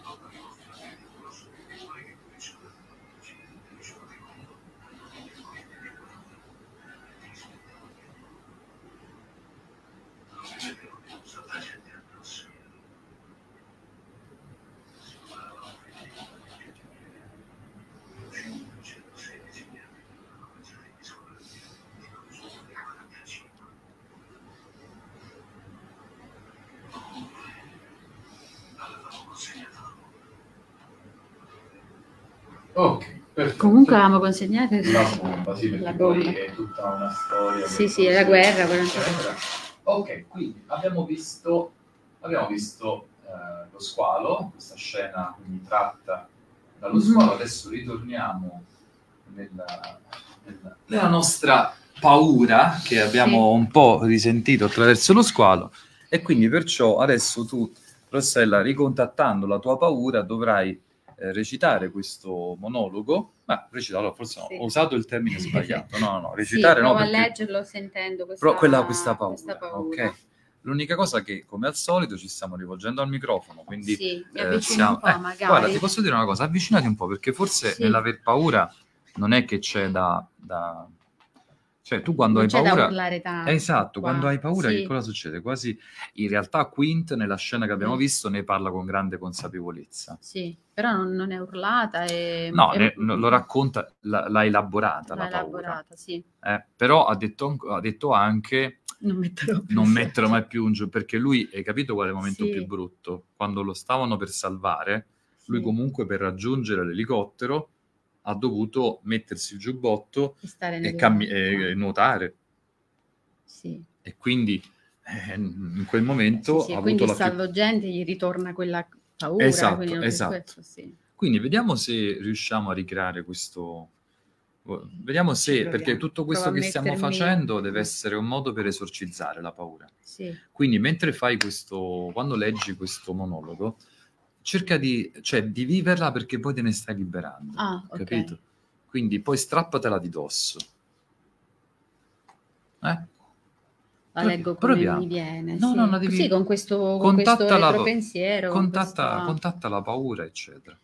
Ok, perfetto. Comunque avevamo consegnato La bomba, sì, perché la poi bomba. è tutta una storia. Sì, sì, è la guerra, quaranta eccetera. Ok, quindi abbiamo visto, abbiamo visto eh, lo squalo, questa scena quindi tratta dallo Mhm. squalo. Adesso ritorniamo nella, nella, nella nostra paura che abbiamo Sì. un po' risentito attraverso lo squalo, e quindi perciò adesso tu, Rossella, ricontattando la tua paura, dovrai eh, recitare questo monologo. Ma recitarlo, forse no, Sì. ho usato il termine sbagliato. No, no, no, Sì, recitare no, provo a perché leggerlo sentendo questa, però quella questa paura, questa paura. ok? L'unica cosa che, come al solito, ci stiamo rivolgendo al microfono, quindi Sì, mi eh, avvicino siamo- un po', eh, magari. guarda, ti posso dire una cosa, avvicinati un po', perché forse Sì. nell'aver paura non è che c'è da... da... Cioè, tu quando Non hai c'è da paura... urlare tanto. Esatto, qua. quando hai paura Sì. che cosa succede? Quasi, in realtà Quint, nella scena che abbiamo Mm. visto, ne parla con grande consapevolezza. Sì, però non, non è urlata e... No, e- ne- no, lo racconta, l'ha, l'ha elaborata l'ha la paura. elaborata, sì. Eh, però ha detto, ha detto anche... Non metterò più non in metterlo faccia. mai più in giù, perché lui, hai capito qual è il momento Sì. più brutto? Quando lo stavano per salvare, lui Sì. comunque per raggiungere l'elicottero ha dovuto mettersi il giubbotto E stare e, nelle cammi- acque. e nuotare, Sì. e quindi eh, in quel momento Sì, sì, ha e avuto quindi la più... salvagente gli ritorna quella paura, Esatto, quindi non esatto. per questo, sì. Quindi vediamo se riusciamo a ricreare questo... Vediamo Ci se, proviamo. perché tutto questo Provo a che stiamo mettermi- facendo deve essere un modo per esorcizzare la paura. Sì. Quindi mentre fai questo, quando leggi questo monologo, cerca di, cioè, di viverla, perché poi te ne stai liberando. Ah, ok. Capito? Quindi poi strappatela di dosso. Eh? La leggo come Proviamo. mi viene. No, sì. no, no, devi- Così con questo, con questo Contatta la, retropensiero. con contatta, questo- contatta la paura, eccetera.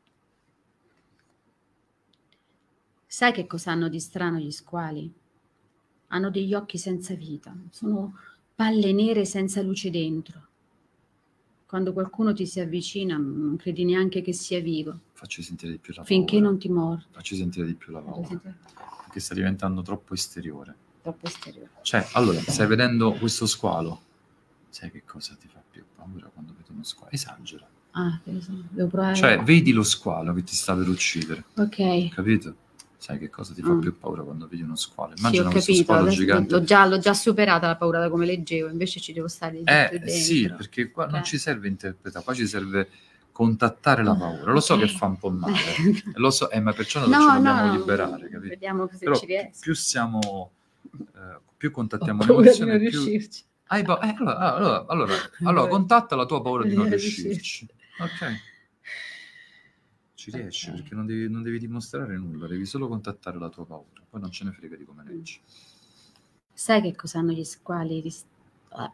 Sai che cosa hanno di strano gli squali? Hanno degli occhi senza vita, sono palle nere senza luce dentro. Quando qualcuno ti si avvicina non credi neanche che sia vivo, Facci sentire di più la finché paura. non ti morde. Facci sentire di più la paura, Troppo perché sta diventando troppo esteriore. esteriore. Cioè, allora, stai vedendo questo squalo? Sai che cosa ti fa più paura quando vedi uno squalo? Esagera. Ah, che ne so, devo provare. Cioè, vedi lo squalo che ti sta per uccidere, Ok. capito? Sai che cosa ti fa Mm. più paura quando vedi uno squalo? Sì, Immagina ho questo capito, squalo adesso gigante. l'ho già, l'ho già superata la paura da come leggevo, invece ci devo stare dentro Eh, dentro. sì, perché qua non Ok. ci serve interpretare, qua ci serve contattare la paura. Lo so Ok. che fa un po' male, lo so, eh, ma perciò noi No, ci no, dobbiamo no, liberare, capito? vediamo se Però ci riesco. più siamo, eh, più Ho contattiamo paura di l'emozione, non più... riuscirci. Hai pa- eh, allora, allora, allora, allora, contatta la tua paura di non riuscirci. Ok. Ci riesci, Ok. perché non devi, non devi dimostrare nulla, devi solo contattare la tua paura. Poi non ce ne frega di come leggi. Sai che cosa hanno gli squali? Di... ah.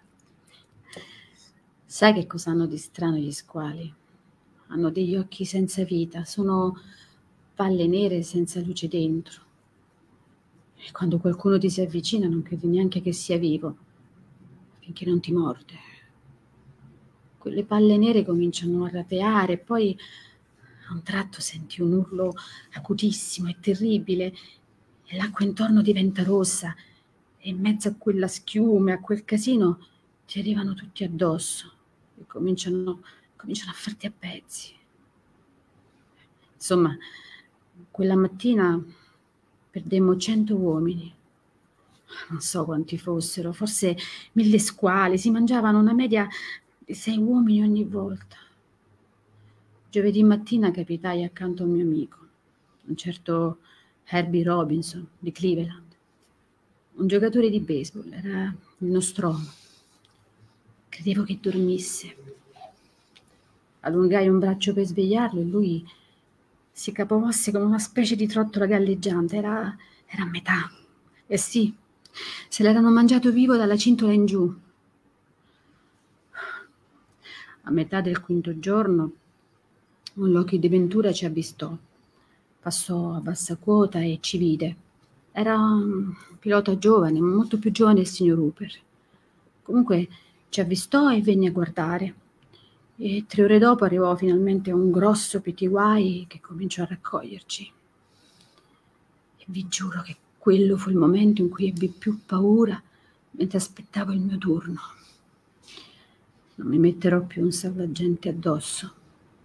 Sai che cosa hanno di strano gli squali? Hanno degli occhi senza vita, sono palle nere senza luce dentro. E quando qualcuno ti si avvicina non credi neanche che sia vivo, finché non ti morde. Quelle palle nere cominciano a rapeare, poi a un tratto senti un urlo acutissimo e terribile e l'acqua intorno diventa rossa e in mezzo a quella schiuma, a quel casino, ti arrivano tutti addosso e cominciano, cominciano a farti a pezzi. Insomma, quella mattina perdemmo cento uomini. Non so quanti fossero, forse mille squali, si mangiavano una media di sei uomini ogni volta. Giovedì mattina capitai accanto a un mio amico, un certo Herbie Robinson di Cleveland, un giocatore di baseball, era il nostromo. Credevo che dormisse. Allungai un braccio per svegliarlo e lui si capovolse come una specie di trottola galleggiante, era, era a metà. Eh sì, se l'erano mangiato vivo dalla cintola in giù. A metà del quinto giorno un Loki di Ventura ci avvistò. Passò a bassa quota e ci vide. Era un pilota giovane, molto più giovane del signor Hooper. Comunque ci avvistò e venne a guardare. E tre ore dopo arrivò finalmente un grosso P T Y che cominciò a raccoglierci. E vi giuro che quello fu il momento in cui ebbi più paura mentre aspettavo il mio turno. Non mi metterò più un salvagente addosso.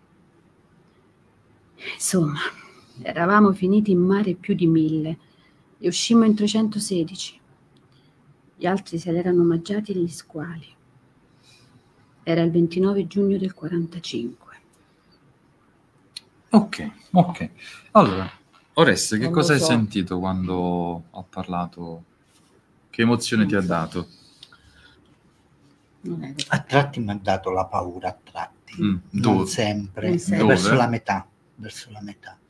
Insomma, eravamo finiti in mare più di mille e uscimmo in trecentosedici. Gli altri se l'erano mangiati gli squali. Era il ventinove giugno del quarantacinque. Ok, ok. Allora, Oreste, che Non cosa lo hai so. sentito quando ho parlato? Che emozione ti ha dato? Non è che- A tratti mi ha dato la paura, a tratti, Mm, non dove? sempre, Non sempre. verso Dove? la metà, verso la metà.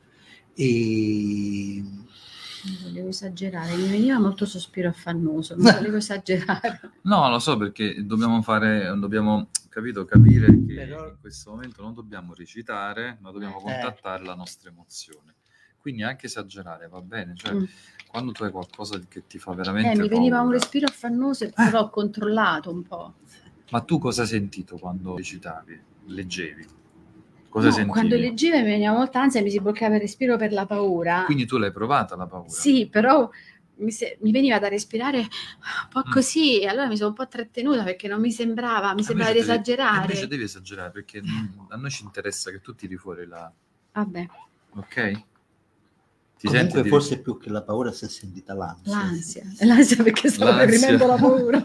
E Non volevo esagerare, mi veniva molto sospiro affannoso, non volevo esagerare. No, lo so perché dobbiamo fare, dobbiamo, capito, capire che Però- in questo momento non dobbiamo recitare, ma dobbiamo Eh. contattare la nostra emozione. Quindi anche esagerare va bene, cioè Mm. quando tu hai qualcosa che ti fa veramente Eh, mi veniva un paura. respiro affannoso e poi l'ho controllato un po'. Ma tu cosa hai sentito quando recitavi, leggevi? Cosa No, sentivi? quando leggevo mi veniva molta ansia e mi si bloccava il respiro per la paura. Quindi tu l'hai provata la paura? Sì, però mi, se- mi veniva da respirare un po' Mm. così e allora mi sono un po' trattenuta perché non mi sembrava, mi sembrava di Invece devi- esagerare. Invece devi esagerare perché mm, a noi ci interessa che tu tiri fuori la... Vabbè, Ok? Ti comunque senti di- forse più che la paura si è sentita l'ansia. l'ansia, l'ansia perché stavo L'ansia. reprimendo la paura.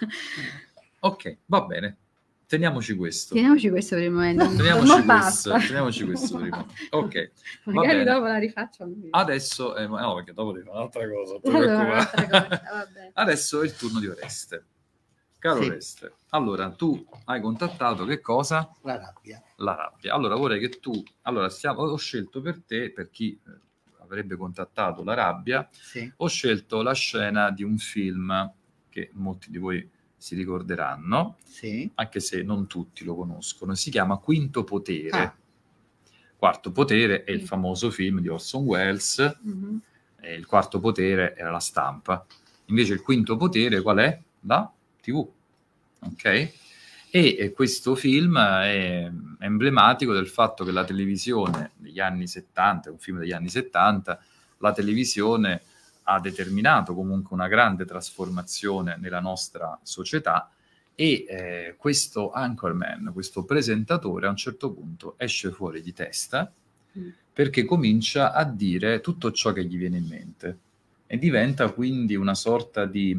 Ok, va bene. Teniamoci questo. Teniamoci questo per il momento. Teniamoci non questo, basta. teniamoci questo prima. Ok, va Magari bene. dopo la rifaccio. Adesso, eh, ma no, perché dopo devi fare un'altra cosa. non ti Allora, preoccupare. un'altra cosa, vabbè. Adesso è il turno di Oreste. Caro Sì. Oreste, allora tu hai contattato che cosa? La rabbia. La rabbia. Allora vorrei che tu, allora stiamo, ho scelto per te, per chi eh, avrebbe contattato la rabbia, Sì. ho scelto la scena di un film che molti di voi si ricorderanno, Sì. anche se non tutti lo conoscono. Si chiama Quinto Potere. Ah. Quarto Potere è il Sì. famoso film di Orson Welles, Mhm. e il Quarto Potere era la stampa. Invece il Quinto Potere qual è? La tivù. Ok? E eh, questo film è emblematico del fatto che la televisione negli anni settanta, è un film degli anni settanta, la televisione ha determinato comunque una grande trasformazione nella nostra società e eh, questo anchorman, questo presentatore a un certo punto esce fuori di testa Mm. perché comincia a dire tutto ciò che gli viene in mente e diventa quindi una sorta di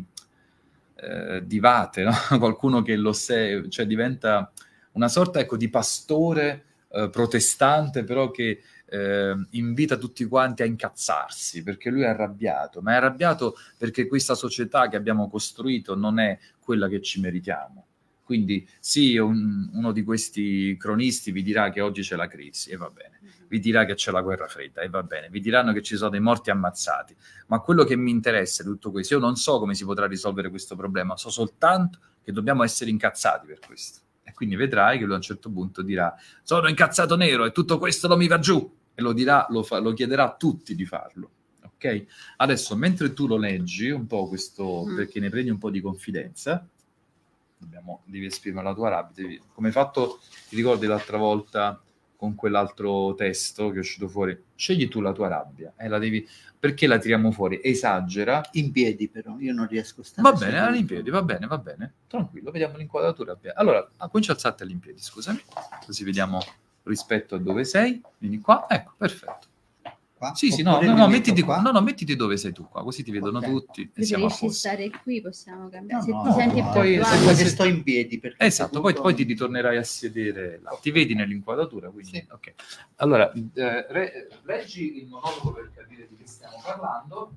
eh, divate, no? Qualcuno che lo sa, cioè diventa una sorta, ecco, di pastore eh, protestante, però che eh, invita tutti quanti a incazzarsi perché lui è arrabbiato, ma è arrabbiato perché questa società che abbiamo costruito non è quella che ci meritiamo. Quindi sì, un- uno di questi cronisti vi dirà che oggi c'è la crisi, e va bene, vi dirà che c'è la guerra fredda, e va bene, vi diranno che ci sono dei morti ammazzati, ma quello che mi interessa di tutto questo, io non so come si potrà risolvere questo problema, so soltanto che dobbiamo essere incazzati per questo. E quindi vedrai che lui a un certo punto dirà: sono incazzato nero e tutto questo non mi va giù, e lo dirà, lo, fa, lo chiederà a tutti di farlo. Ok? Adesso, mentre tu lo leggi un po' questo, Mm. perché ne prendi un po' di confidenza, dobbiamo, devi esprimere la tua rabbia, devi- come hai fatto, ti ricordi l'altra volta con quell'altro testo che è uscito fuori? Scegli tu la tua rabbia, e la devi, perché la tiriamo fuori? Esagera. In piedi però, io non riesco a stare Va bene, seduto. all'impiedi, va bene, va bene. Tranquillo, vediamo l'inquadratura. Allora, ah, comincia a alzarti all'impiedi, scusami, così vediamo rispetto a dove sei. Vieni qua, ecco, perfetto. Qua? Sì, sì, no, Oppure no, mi no, metto mettiti, qua? no, no, mettiti dove sei tu qua, così ti vedono Ok. tutti e siamo a Preferisci posto. stare qui, possiamo cambiare. No, Se no, ti no, senti no, poi- più a se tuo poi agio. se sto in piedi perché Esatto, poi, seduto- poi ti ritornerai a sedere là. Ti vedi nell'inquadratura, quindi Sì. ok. Allora, eh, re- leggi il monologo per capire di che stiamo parlando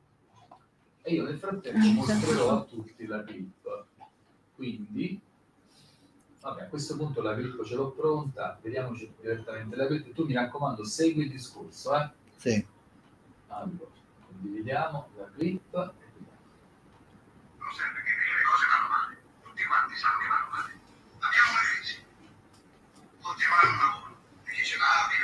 e io nel frattempo mostrerò a tutti la clip. Quindi, vabbè, a questo punto la clip ce l'ho pronta, vediamoci direttamente la clip. Tu mi raccomando, segui il discorso, eh? Sì. Allora, condividiamo la clip. Non sempre che le cose vanno male, tutti quanti sanno che vanno male. Abbiamo una crisi, tutti vanno al lavoro, e chi ce l'ha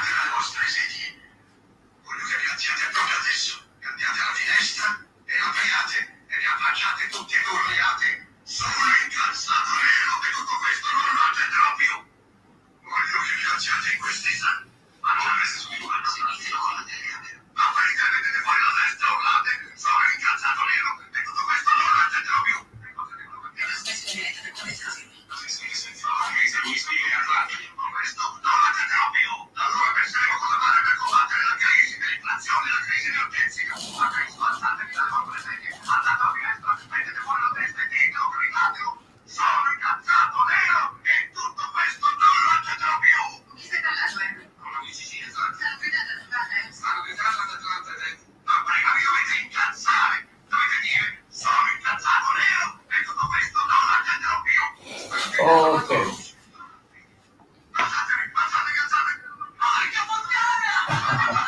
Alzate dalle vostre sedie. Voglio che vi alziate proprio adesso, che andiate alla finestra e apriate e vi affacciate tutti e urliate. Sono incazzato nero che tutto questo non lo accetterò più. Voglio che vi alziate in questi istanti. Ma non avesse subito una inizio con la telecamera. Ma quelli che vedete fuori la testa urlate. Sono incazzato nero e tutto questo non lo accetterò più. Le cose devono cambiare. Aspetta, diretta per quale sta sì, sì, sì, sì, sì, sì, con questo non lo accetterò più. Allora penseremo cosa fare per combattere la crisi dell'inflazione, la crisi energetica. Ma Cristo, alzatevi dalle vostre sedie, alzate la finestra, mettete fuori la testa e ditelo, gridatelo. Sono incazzato nero e tutto questo non lo accetterò più. Chi stai parlando, Henry? Con la mia Sicilia, stanno gridando da Atlanta, eh? Stanno gridando da Atlanta, eh? Ma prima vi dovete incazzare. Dovete dire, sono incazzato nero e tutto questo non lo accetterò più. Ok. Alzatevi, alzatevi, alzatevi. Porca puttana!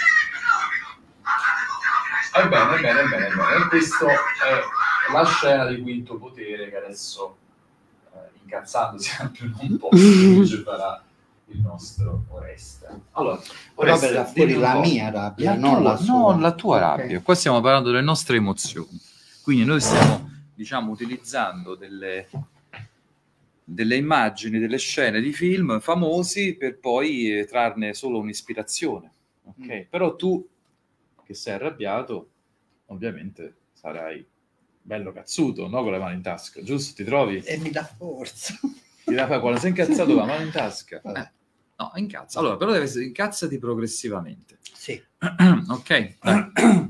Ebbene, ebbene, ebbene, ebbene. Questa è la scena di Quinto Potere che adesso, eh, incazzandosi anche un po', ci farà il nostro Oreste. Allora, Però Oreste, verrà fuori dimmi un la po'. mia rabbia, La non tua- la sua. non la tua Ok. rabbia. Qua stiamo parlando delle nostre emozioni. Quindi noi stiamo, diciamo, utilizzando delle, delle immagini, delle scene di film famosi per poi eh, trarne solo un'ispirazione. Ok? Mm. Però tu, che sei arrabbiato, ovviamente sarai bello cazzuto, no? Con le mani in tasca, giusto? Ti trovi? E mi dà forza. Ti dà- quando sei incazzato con la mano in tasca. Vabbè. Eh, no, incazza. Allora, però deve essere incazzati progressivamente. Sì. Ok? Dai.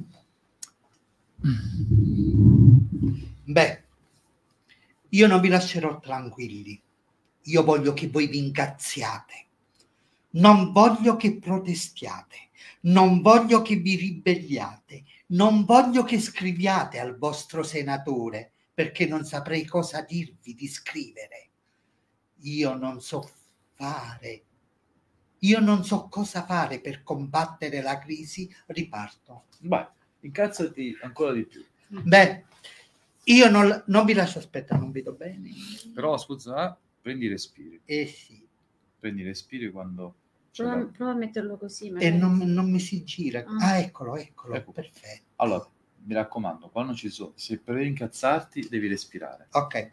Beh, io non vi lascerò tranquilli. Io voglio che voi vi incazziate. Non voglio che protestiate. Non voglio che vi ribelliate. Non voglio che scriviate al vostro senatore, perché non saprei cosa dirvi di scrivere. Io non so fare. Io non so cosa fare per combattere la crisi. Riparto. Vai, incazzati ancora di più. Beh, io non, non vi lascio aspettare, non vedo bene. Però, scusa, prendi i respiri. Eh sì. Prendi i respiri quando... c'è Prova, la- prova a metterlo così. E magari. non, non mi si gira. Ah. Ah, eccolo, eccolo, Ecco. perfetto. Allora, mi raccomando, quando ci sono... Se per incazzarti devi respirare. Ok.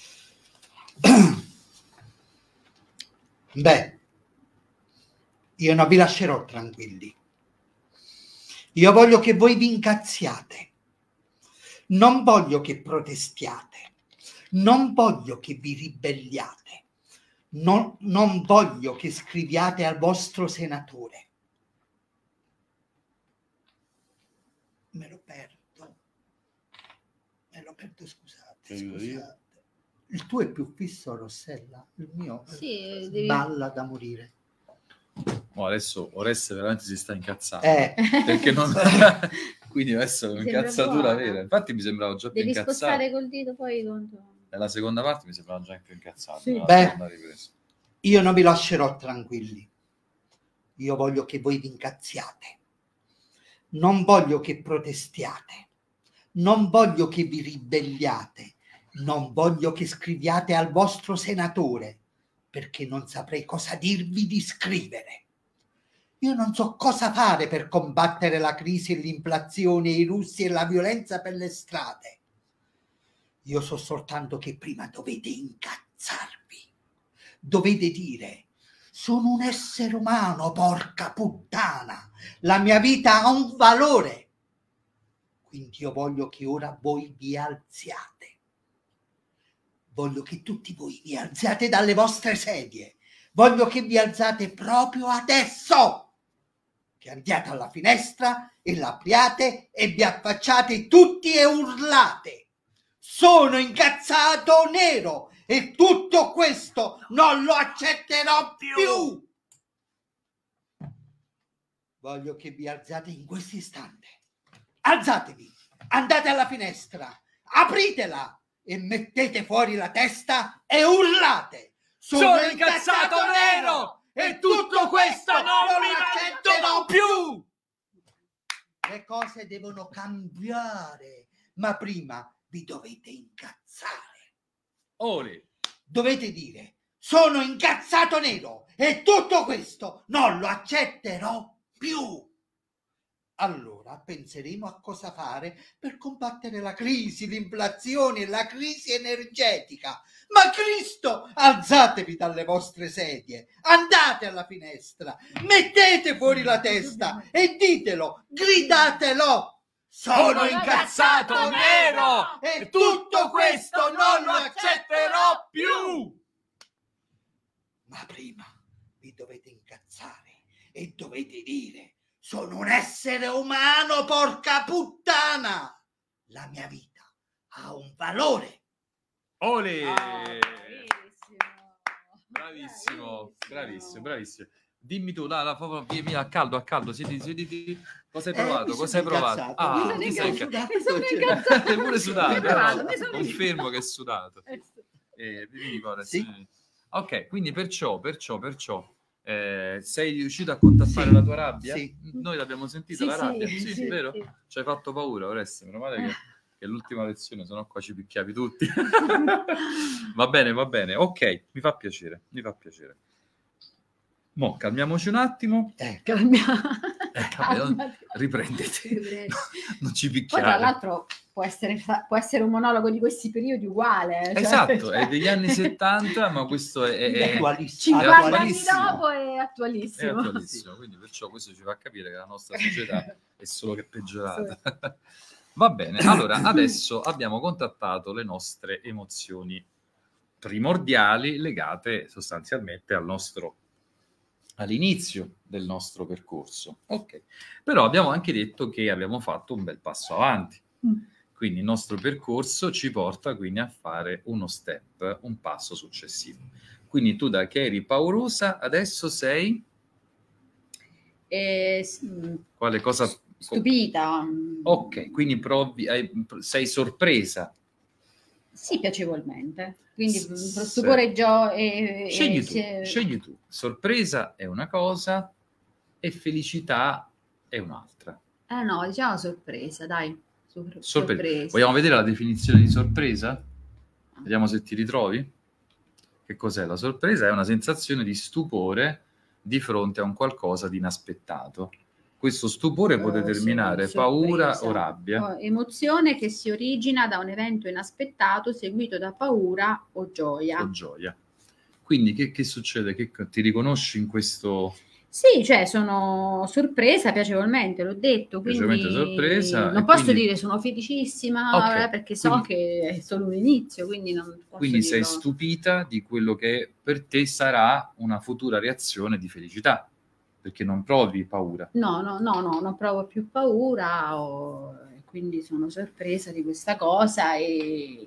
Beh, io non vi lascerò tranquilli. Io voglio che voi vi incazziate. Non voglio che protestiate. Non voglio che vi ribelliate. Non, non voglio che scriviate al vostro senatore. Me lo perdo. Me lo perdo, scusate. Ti aiuto io? scusate. Il tuo è più fisso, Rossella. Il mio Sì, devi- balla da morire. Oh, adesso Oreste veramente si sta incazzando. Eh, Perché non... Quindi adesso è Mi sembra un'incazzatura buona. vera. Infatti mi sembrava già più Devi incazzato. spostare col dito poi contro... Nella seconda parte mi sembrava già più incazzato. Sì. nella Beh. seconda ripresa. io non vi lascerò tranquilli. Io voglio che voi vi incazziate. Non voglio che protestiate. Non voglio che vi ribelliate. Non voglio che scriviate al vostro senatore, perché non saprei cosa dirvi di scrivere. Io non so cosa fare per combattere la crisi e l'inflazione, i russi e la violenza per le strade. Io so soltanto che prima dovete incazzarvi. Dovete dire: sono un essere umano, porca puttana. La mia vita ha un valore. Quindi io voglio che ora voi vi alziate. Voglio che tutti voi vi alziate dalle vostre sedie. Voglio che vi alzate proprio adesso. Che andiate alla finestra e l'apriate e vi affacciate tutti e urlate: sono incazzato nero e tutto questo non lo accetterò più. Voglio che vi alzate in questo istante. Alzatevi, andate alla finestra, apritela e mettete fuori la testa e urlate: sono, incazzato nero e tutto questo non lo accetterò più. Le cose devono cambiare, ma prima vi dovete incazzare. Oli. Dovete dire: Sono incazzato nero e tutto questo non lo accetterò più. Allora penseremo a cosa fare per combattere la crisi, l'inflazione e la crisi energetica. Ma Cristo, alzatevi dalle vostre sedie, andate alla finestra, mettete fuori la testa e ditelo, gridatelo. Sono incazzato nero e tutto questo non lo accetterò più. Ma prima vi dovete incazzare e dovete dire: sono un essere umano, porca puttana! La mia vita ha un valore. Ole! Ah, Bravissimo, bravissimo, bravissimo. Dimmi tu, la, la, la, via, via, a caldo, a caldo, siediti, siediti. Cosa hai Eh, provato? mi Cosa hai sono provato? incazzato. Ah, Mi sono ti sei incazzato. incazzato. Mi sono incazzato. Hai pure sudato. Mi sono provato, mi sono- Confermo che è sudato. Eh, sì. Eh, dimmi, Paola, Sì. sì. Ok, quindi perciò, perciò, perciò, eh, sei riuscito a contattare Sì, la tua rabbia? sì. Noi l'abbiamo sentita Sì, la rabbia, sì, sì, sì, vero? sì. Ci hai fatto paura, Oreste, meno male che, che è l'ultima lezione, sennò qua ci picchiavi tutti. Va bene, va bene, ok, mi fa piacere, mi fa piacere. Mo, calmiamoci un attimo. Eh, Calmia- Eh, vabbè, non- Calmati. riprenditi, Riprendi. non ci Poi tra picchiare. l'altro può essere, fa- può essere un monologo di questi periodi uguale. eh, cioè- Esatto, è cioè- degli anni settanta, ma questo è, è- è è- attualissimo. È cinquanta anni attualissimo. dopo è è attualissimo. attualissimo, quindi perciò questo ci fa capire che la nostra società è solo che peggiorata. Va bene, allora adesso abbiamo contattato le nostre emozioni primordiali legate sostanzialmente al nostro all'inizio del nostro percorso. Ok, però abbiamo anche detto che abbiamo fatto un bel passo avanti. Mm. Quindi il nostro percorso ci porta quindi a fare uno step, un passo successivo. Quindi tu da che eri paurosa, adesso sei E, s- mh, quale cosa? stupita. mh, Ok, quindi provi, hai- sei sorpresa. Sì, piacevolmente. Quindi S- mh, se- stupore gio- e, e- Scegli tu, se- scegli tu. Sorpresa è una cosa e felicità è un'altra. Eh no, diciamo sorpresa, dai. Sor- Sorpresa. sorpresa. Vogliamo vedere la definizione di sorpresa? Vediamo se ti ritrovi. Che cos'è? La sorpresa è una sensazione di stupore di fronte a un qualcosa di inaspettato. Questo stupore può Oh, determinare sì, paura sorpresa. o rabbia. Oh, emozione che si origina da un evento inaspettato seguito da paura o gioia. o gioia. Quindi che, che succede? Che ti riconosci in questo? Sì, cioè sono sorpresa piacevolmente, l'ho detto, quindi Piacevolmente sorpresa, non e posso quindi- dire sono felicissima Ok, eh, perché so quindi- che è solo un inizio, quindi non posso Quindi sei dirlo. stupita di quello che per te sarà una futura reazione di felicità, perché non provi paura. No, no, no, no, non provo più paura, o- quindi sono sorpresa di questa cosa e,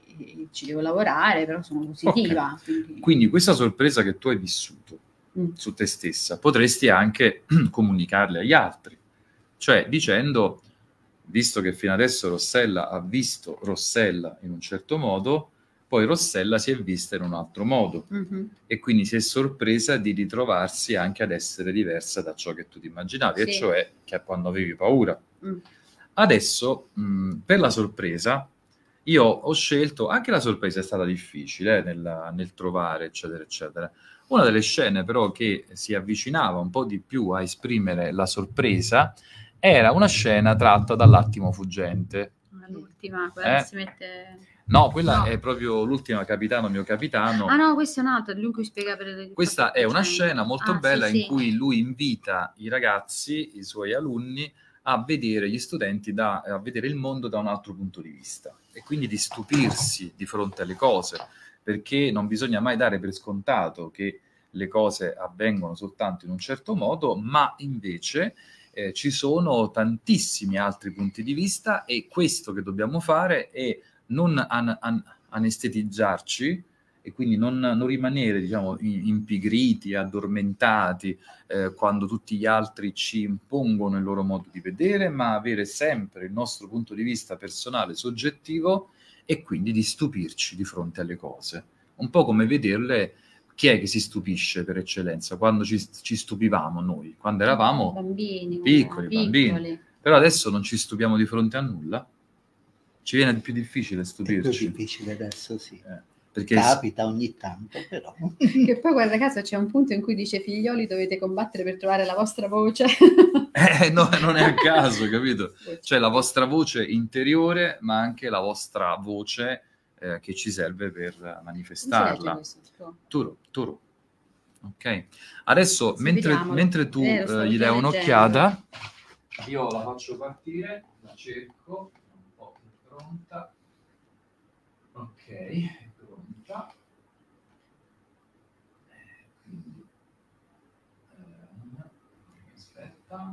e ci devo lavorare, però sono positiva. Quindi- Quindi questa sorpresa che tu hai vissuto Mm. su te stessa, potresti anche comunicarle agli altri, cioè dicendo, visto che fino adesso Rossella ha visto Rossella in un certo modo, poi Rossella si è vista in un altro modo Mhm. e quindi si è sorpresa di ritrovarsi anche ad essere diversa da ciò che tu ti immaginavi, e Sì. cioè che quando avevi paura. Mm. Adesso, mh, per la sorpresa, io ho scelto, anche la sorpresa è stata difficile eh, nella- nel trovare, eccetera, eccetera. Una delle scene però che si avvicinava un po' di più a esprimere la sorpresa era una scena tratta dall'Attimo fuggente. L'ultima, quella Eh. che si mette... No, quella No. è proprio l'ultima, Capitano mio capitano. Ah no, questo è un altro, lui in cui spiega per le... Questa è una Cioè- scena molto Ah, bella sì, in sì. cui lui invita i ragazzi, i suoi alunni, a vedere gli studenti, da, a vedere il mondo da un altro punto di vista e quindi di stupirsi di fronte alle cose, perché non bisogna mai dare per scontato che le cose avvengono soltanto in un certo modo, ma invece eh, ci sono tantissimi altri punti di vista, e questo che dobbiamo fare è non an- an- anestetizzarci e quindi non, non rimanere, diciamo, i- impigriti, addormentati eh, quando tutti gli altri ci impongono il loro modo di vedere, ma avere sempre il nostro punto di vista personale, soggettivo, e quindi di stupirci di fronte alle cose. Un po' come vederle. Chi è che si stupisce per eccellenza? Quando ci, ci stupivamo noi, quando eravamo bambini, piccoli, piccoli. bambini. Però adesso non ci stupiamo di fronte a nulla. Ci viene più difficile È più stupirci. difficile adesso, sì. Eh. Perché capita ogni tanto, però. Che poi guarda caso c'è un punto in cui dice figlioli dovete combattere per trovare la vostra voce. Eh, no, non è a caso, capito? Cioè la vostra voce interiore, ma anche la vostra voce eh, che ci serve per manifestarla. Turo, turo. Ok. Adesso, Sì, mentre, vediamolo. mentre tu Eh, lo stavo eh, gli già dai leggendo. un'occhiata, io la faccio partire, la cerco, un po' più pronta. Ok, è pronta. Eh, quindi, eh, aspetta.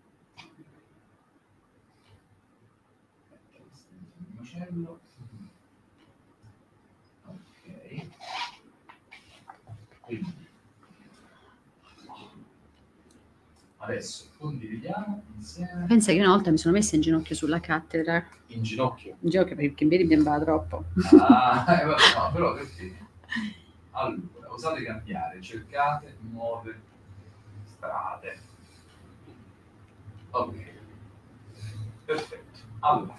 Aspetta, questo è il macello. Ok. Quindi, adesso condividiamo insieme. Pensa che una volta mi sono messa in ginocchio sulla cattedra. In ginocchio. In ginocchio perché mi rimbiambava troppo. Ah, eh, vabbè, no, però perché? Allora, osate cambiare, cercate nuove strade. Ok. Perfetto. Allora.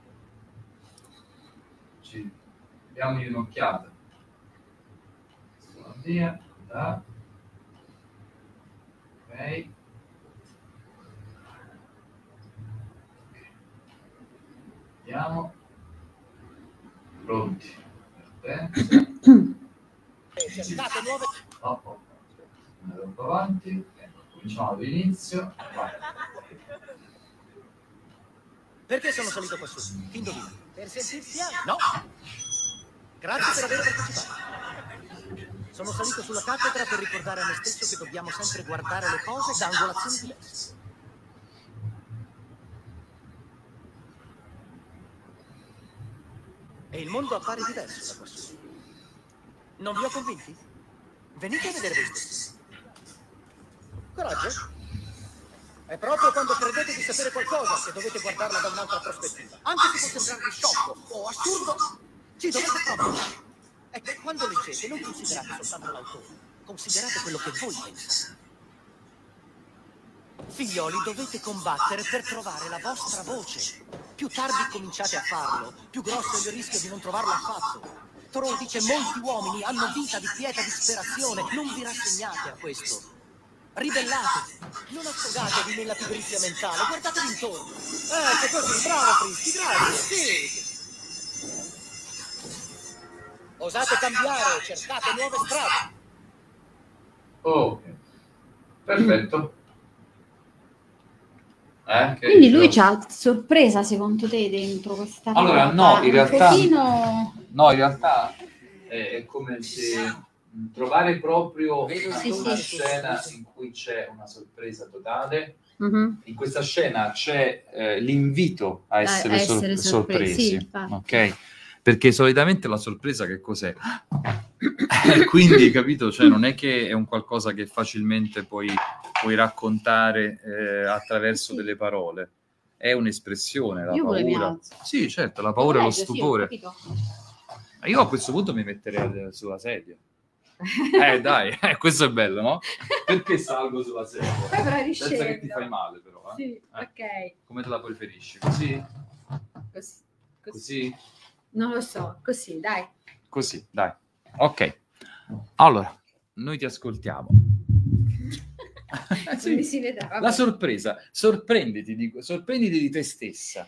Ci diamo un'occhiata. Sulla via, da. Ok. Andiamo. Pronti. Partenza. Cercate nuove. Oh, oh. Andiamo un po' avanti. Ecco, cominciamo dall'inizio. Vai. Perché sono salito qua su? Chi indovina? Per sentirsi a... No! Grazie per aver partecipato. Sono salito sulla cattedra per ricordare a me stesso che dobbiamo sempre guardare le cose da angolazioni diverse. E il mondo appare diverso da qua su. Non vi ho convinti? Venite a vedere voi stessi. Coraggio? È proprio quando credete di sapere qualcosa che dovete guardarla da un'altra prospettiva. Anche se può sembrarvi sciocco o assurdo, ci dovete provare. Ecco, quando leggete non considerate soltanto l'autore, considerate quello che voi pensate. Figlioli, dovete combattere per trovare la vostra voce. Più tardi cominciate a farlo, più grosso è il rischio di non trovarla affatto. Thoreau dice: molti uomini hanno vita di quieta disperazione. Non vi rassegnate a questo. Ribellatevi, non affogatevi nella pigrizia mentale, guardatevi intorno. Ecco così, bravo Frischi, grazie, sì. Osate cambiare, cercate nuove strade. Ok. Perfetto. Eh, che Quindi lui dicevo? c'ha sorpresa secondo te dentro questa Allora, cosa? no, in Un realtà- pochino... No, in realtà è, è come se mh, trovare proprio Vedo una, sì, una sì. scena in cui c'è una sorpresa totale. Mhm. In questa scena c'è eh, l'invito a A- essere, a sor- essere sorpresi, sorpresi, sì, infatti. ok? Perché solitamente la sorpresa che cos'è? Quindi, capito? Cioè, non è che è un qualcosa che facilmente puoi, puoi raccontare eh, attraverso Sì. delle parole. È un'espressione, la Io pure mi paura. alzo. Sì, certo, la paura e lo Leggo, sì, ho stupore. capito. Ma io a questo punto mi metterei eh, sulla sedia. Eh, dai, eh, questo è bello, no? Perché salgo sulla sedia? Poi però Senza che riscendo. ti fai male, però. Sì, Eh. Eh, ok. Come te la preferisci? Così? Così, così. Così? Non lo so, così, dai. Così, dai. Ok. Allora, noi ti ascoltiamo. Non Sì. mi si vedrà, vabbè. La sorpresa. Sorprenditi di, sorprenditi di te stessa.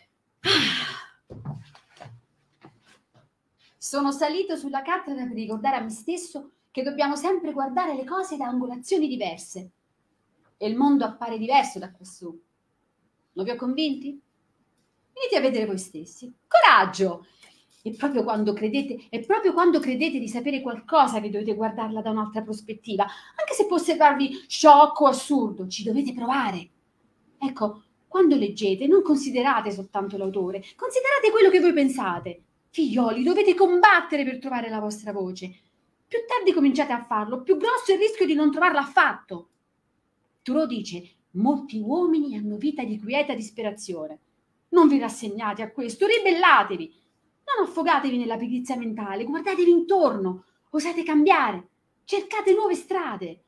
Sono salito sulla cattedra per ricordare a me stesso che dobbiamo sempre guardare le cose da angolazioni diverse. E il mondo appare diverso da quassù. Non vi ho convinti? Venite a vedere voi stessi. Coraggio! E proprio quando credete, è proprio quando credete di sapere qualcosa che dovete guardarla da un'altra prospettiva, anche se può sembrarvi sciocco o assurdo, ci dovete provare. Ecco, quando leggete non considerate soltanto l'autore, considerate quello che voi pensate. Figlioli, dovete combattere per trovare la vostra voce. Più tardi cominciate a farlo, più grosso è il rischio di non trovarla affatto. Thoreau dice: molti uomini hanno vita di quieta disperazione. Non vi rassegnate a questo, ribellatevi. Non affogatevi nella pigrizia mentale, guardatevi intorno, osate cambiare, cercate nuove strade.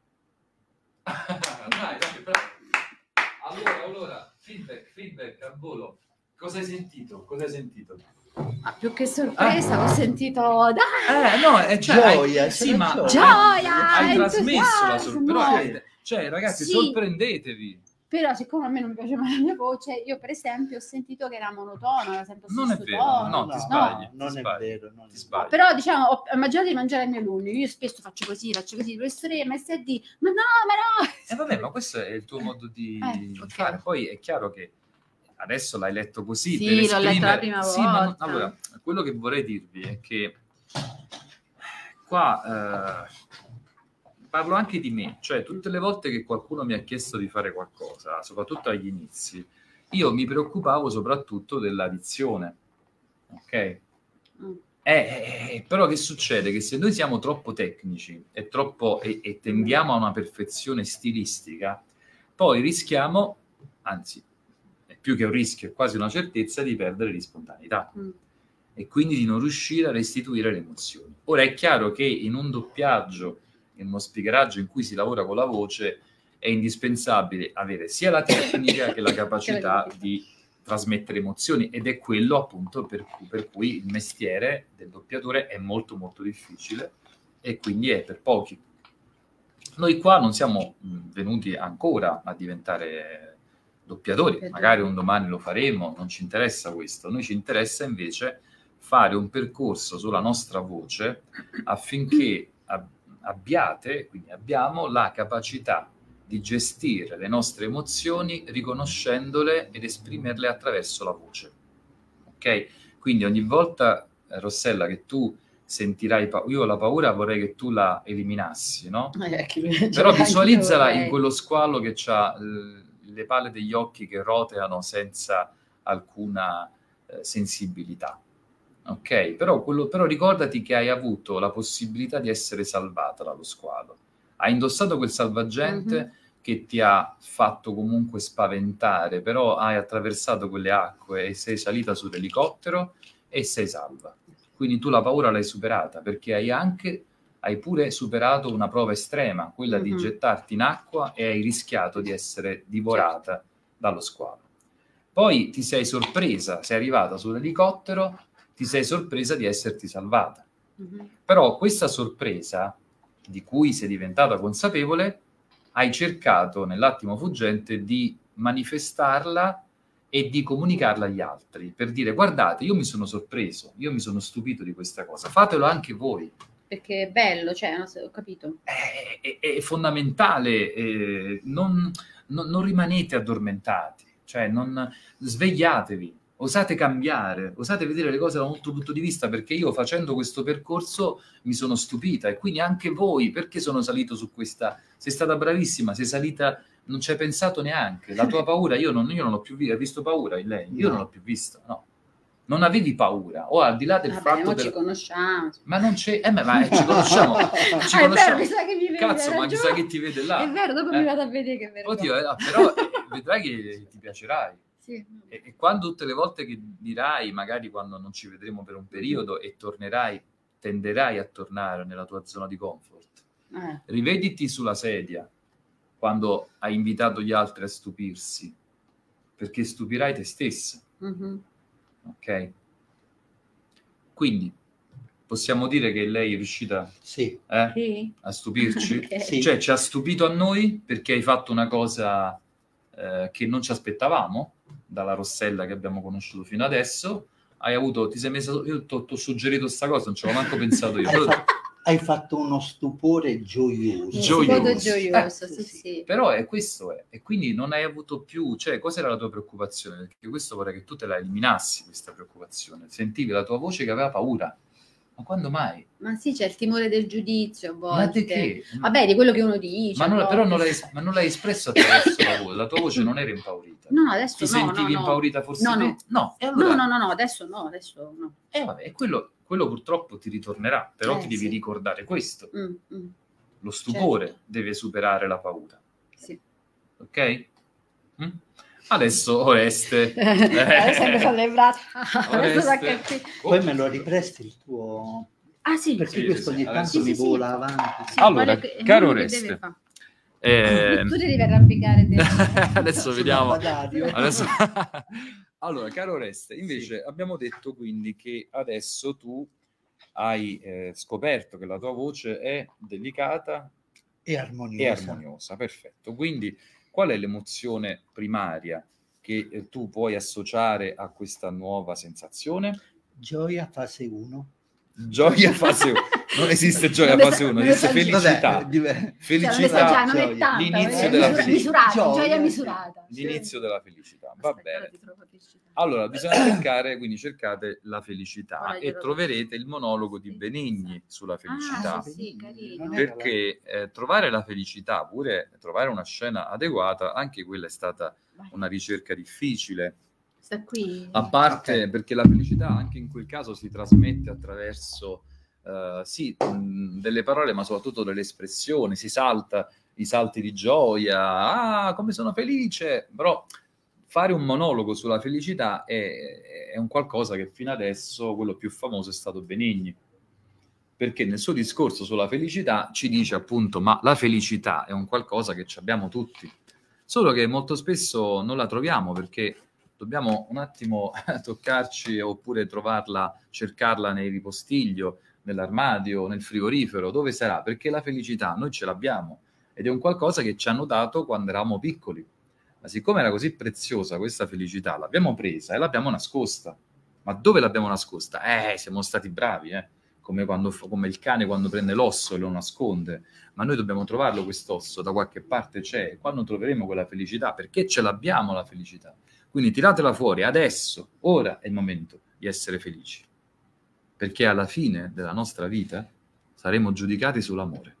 Dai, dai, bravo. Allora, allora, feedback, feedback al volo. Cosa hai sentito? Cosa hai sentito? Ma più che sorpresa, ho sentito dai, Eh, no, è cioè, Gioia, hai, sì, c'era ma gioia. Gioia, hai, hai trasmesso la entusiasmo. sorpresa. Però, hai- cioè, ragazzi, Sì. sorprendetevi. Però siccome a me non mi piace mai la mia voce, io per esempio ho sentito che era monotona, la sento Non è stesso vero, tono. no, ti No, sbagli. ti non è sbagli, vero, non ti è sbagli. Però diciamo, ho immaginato di mangiare ai miei alunni, io spesso faccio così, faccio così, professore, ma S D, ma no, ma no! E vabbè, ma questo è il tuo modo di Eh, ok. fare. Poi è chiaro che adesso l'hai letto così. Sì, per l'ho letto la esprimere- prima Sì, ma non- volta. allora, quello che vorrei dirvi è che qua eh, parlo anche di me, cioè tutte le volte che qualcuno mi ha chiesto di fare qualcosa, soprattutto agli inizi, io mi preoccupavo soprattutto della dizione, ok? Mm. Eh, eh, però che succede? Che se noi siamo troppo tecnici e, troppo, e, e tendiamo a una perfezione stilistica, poi rischiamo, anzi, è più che un rischio, è quasi una certezza di perdere di spontaneità Mm. e quindi di non riuscire a restituire le emozioni. Ora è chiaro che in un doppiaggio, in uno speakeraggio in cui si lavora con la voce, è indispensabile avere sia la tecnica che la capacità di trasmettere emozioni, ed è quello appunto per cui, per cui il mestiere del doppiatore è molto molto difficile e quindi è per pochi. Noi qua non siamo mh, venuti ancora a diventare doppiatori, magari un domani lo faremo, non ci interessa questo, noi ci interessa invece fare un percorso sulla nostra voce affinché ab- abbiate, quindi abbiamo la capacità di gestire le nostre emozioni riconoscendole ed esprimerle attraverso la voce. Ok? Quindi ogni volta, eh, Rossella, che tu sentirai paura, io la paura vorrei che tu la eliminassi, no? Eh, che- Però anche visualizzala io, in eh. quello squalo che ha le palle degli occhi che roteano senza alcuna eh, sensibilità. Ok? Però, quello, però ricordati che hai avuto la possibilità di essere salvata dallo squalo. Hai indossato quel salvagente Mhm. che ti ha fatto comunque spaventare, però hai attraversato quelle acque e sei salita sull'elicottero e sei salva. Quindi tu la paura l'hai superata, perché hai anche, hai pure superato una prova estrema, quella di Mhm. gettarti in acqua, e hai rischiato di essere divorata dallo squalo. Poi ti sei sorpresa, sei arrivata sull'elicottero, ti sei sorpresa di esserti salvata. Mhm. Però questa sorpresa, di cui sei diventata consapevole, hai cercato nell'attimo fuggente di manifestarla e di comunicarla agli altri, per dire: guardate, io mi sono sorpreso, io mi sono stupito di questa cosa, fatelo anche voi. Perché è bello, cioè, non so, ho capito. È, è- è fondamentale, eh, non, non- non rimanete addormentati, cioè non svegliatevi, osate cambiare, osate vedere le cose da un altro punto di vista, perché io facendo questo percorso mi sono stupita, e quindi anche voi, perché sono salito su questa, sei stata bravissima, sei salita, non ci hai pensato neanche, la tua paura, io non, io non l'ho più vista, hai visto paura in lei? Io No. non l'ho più vista, no. Non avevi paura, o al di là del Vabbè, fatto mo del- ci conosciamo. ma non c'è, eh, ma, ma ci conosciamo, ci Ah, è vero, conosciamo. mi sa che mi vede, Cazzo, hai ma mi sa ragione. che ti vede là. È vero, dopo Eh. mi vado a vedere che è vero. Oddio, eh, però eh, vedrai che ti piacerai. Sì. E, e quando tutte le volte che dirai, magari quando non ci vedremo per un periodo e tornerai, tenderai a tornare nella tua zona di comfort, Eh. rivediti sulla sedia quando hai invitato gli altri a stupirsi, perché stupirai te stessa, Mhm. ok? Quindi possiamo dire che lei è riuscita Sì, eh, Sì. a stupirci? Ok. sì. Cioè ci ha stupito a noi perché hai fatto una cosa eh, che non ci aspettavamo dalla Rossella che abbiamo conosciuto fino adesso. Hai avuto, ti sei messa, io ti ho suggerito questa cosa, non ci avevo manco pensato io. Hai, Però, fa- hai fatto uno stupore gioioso. Un Gioioso. sfogo gioioso, Eh, sì, sì. però è questo è, e quindi non hai avuto più, cioè cos'era la tua preoccupazione? Perché questo vorrei che tu te la eliminassi, questa preoccupazione. Sentivi la tua voce che aveva paura. Ma quando mai? Ma sì, c'è il timore del giudizio a Ma volte. di che? Vabbè, di quello che uno dice. Ma non- a però non volte. l'hai, ma non l'hai espresso attraverso la voce, la tua voce non era impaurita. No, no, adesso Ti no, sentivi no, no. impaurita forse No, te? no. No, e No, allora, no, no, no, adesso no, adesso no. eh, vabbè, quello, quello purtroppo ti ritornerà, però Eh, ti devi sì. ricordare questo. Mm, mm, Lo stupore Certo. deve superare la paura, sì. ok? Mm? Adesso Oreste. Adesso sempre fa le braccia. Adesso Oreste. sa che qui- Poi me lo ripresti il tuo... Ah sì, Perché Sì, questo sì, ogni sì, tanto adesso mi sì, sì. vola avanti. sì, Allora, guarda che- caro non che Oreste, deve fa'. Eh, Tu ti devi arrampicare te. adesso Sono vediamo. Badario. Adesso, Allora, caro Oreste, invece Sì. abbiamo detto quindi che adesso tu hai eh, scoperto che la tua voce è delicata E e armoniosa. armoniosa, perfetto. Quindi qual è l'emozione primaria che eh, tu puoi associare a questa nuova sensazione? Gioia fase uno. Gioia fase uno. Non esiste gioia Non fase es- uno, non esiste esagera. felicità. Vabbè, div- Cioè, non è Felicità, esagerata, non è gioia. tanta, L'inizio è della misura- felicità. misurata, Gioia, gioia sì. misurata. l'inizio della felicità, va Aspetta, ora bene. ti trovo felicità. Allora, bisogna cercare, quindi cercate la felicità Ora e glielo troverete il monologo di Sì, Benigni sulla felicità. Ah, sì, sì, carino. Non era la- Perché eh, trovare la felicità, pure trovare una scena adeguata, anche quella è stata Vai, una ricerca difficile. sta qui. A parte Ok. perché la felicità anche in quel caso si trasmette attraverso eh, sì, mh, delle parole, ma soprattutto delle espressioni, si salta i salti di gioia, ah, come sono felice, però fare un monologo sulla felicità è, è un qualcosa che fino adesso, quello più famoso, è stato Benigni, perché nel suo discorso sulla felicità ci dice appunto, ma la felicità è un qualcosa che ci abbiamo tutti, solo che molto spesso non la troviamo perché dobbiamo un attimo toccarci oppure trovarla, cercarla nei ripostiglio, nell'armadio, nel frigorifero, dove sarà? Perché la felicità noi ce l'abbiamo ed è un qualcosa che ci hanno dato quando eravamo piccoli. Ma siccome era così preziosa questa felicità, l'abbiamo presa e l'abbiamo nascosta. Ma dove l'abbiamo nascosta? Eh, siamo stati bravi, eh? Come, quando, come il cane quando prende l'osso e lo nasconde. Ma noi dobbiamo trovarlo quest'osso, da qualche parte c'è, e quando troveremo quella felicità, perché ce l'abbiamo la felicità. Quindi tiratela fuori, adesso, ora è il momento di essere felici. Perché alla fine della nostra vita saremo giudicati sull'amore.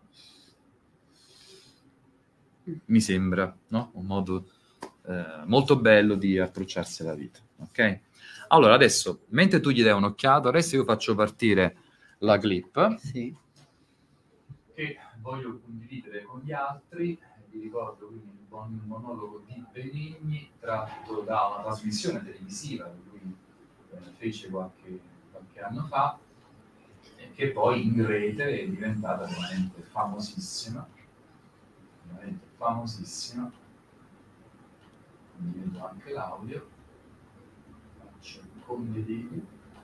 Mi sembra, no? Un modo eh, molto bello di approcciarsi alla vita, ok? Allora, adesso, mentre tu gli dai un'occhiata, adesso io faccio partire la clip Sì. che voglio condividere con gli altri. Vi ricordo quindi il buon monologo di Benigni tratto da una trasmissione televisiva che lui eh, fece qualche, qualche anno fa e che poi in rete è diventata veramente famosissima, veramente famosissima. Quindi vedo anche l'audio, faccio condividere.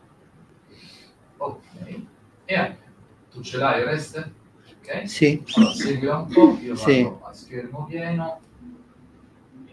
Ok, e anche tu ce l'hai, Oreste? Ok? Sì. Allora, seguila un po', io vado Sì. a schermo pieno, e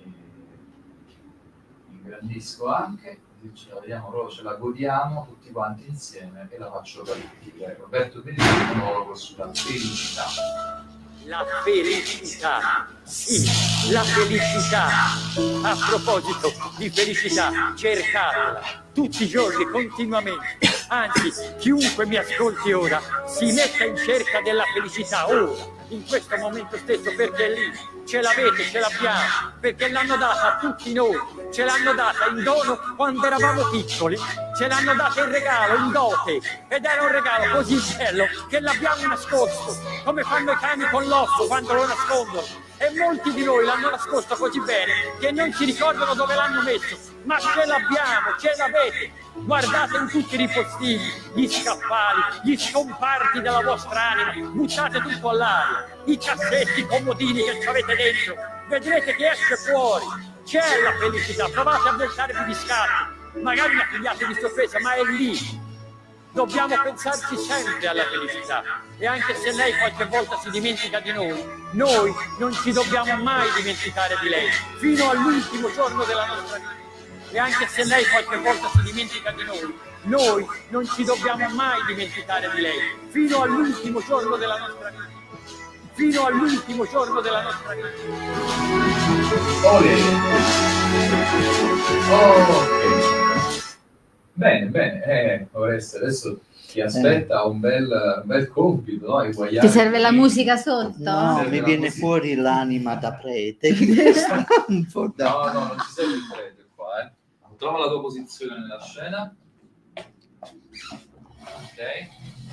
ingrandisco anche, così ce la vediamo proprio, ce la godiamo tutti quanti insieme e la faccio partire. Roberto Benigni, monologo sulla felicità. La felicità, sì, la felicità. A proposito di felicità, cercatela tutti i giorni, continuamente. Anzi, chiunque mi ascolti ora si metta in cerca della felicità ora, in questo momento stesso, perché è lì. Ce l'avete, ce l'abbiamo, perché l'hanno data a tutti noi. Ce l'hanno data in dono quando eravamo piccoli, ce l'hanno data in regalo, in dote, ed era un regalo così bello che l'abbiamo nascosto, come fanno i cani con l'osso quando lo nascondono. E molti di noi l'hanno nascosto così bene che non si ricordano dove l'hanno messo, ma ce l'abbiamo, ce l'avete. Guardate in tutti i ripostini, gli scaffali, gli scomparti della vostra anima, buttate tutto all'aria, i cassetti, i comodini che ci avete dentro, vedrete che esce fuori. C'è la felicità, provate a voltarvi di scatti, magari la pigliate di sorpresa, ma è lì. Dobbiamo pensarci sempre alla felicità, e anche se lei qualche volta si dimentica di noi, noi non ci dobbiamo mai dimenticare di lei, fino all'ultimo giorno della nostra vita. E anche se lei qualche volta si dimentica di noi, noi non ci dobbiamo mai dimenticare di lei, fino all'ultimo giorno della nostra vita. Fino all'ultimo giorno della nostra vita. Olè. Ok. Bene, bene, eh, Oreste, adesso ti aspetta un bel, un bel compito, no? Eguagliare. Ti serve la musica sotto? No, Serve mi la viene musica. fuori l'anima da prete. che sta un po' da- No, no, non ci serve il prete qua, eh. Trova la tua posizione nella scena. Ok.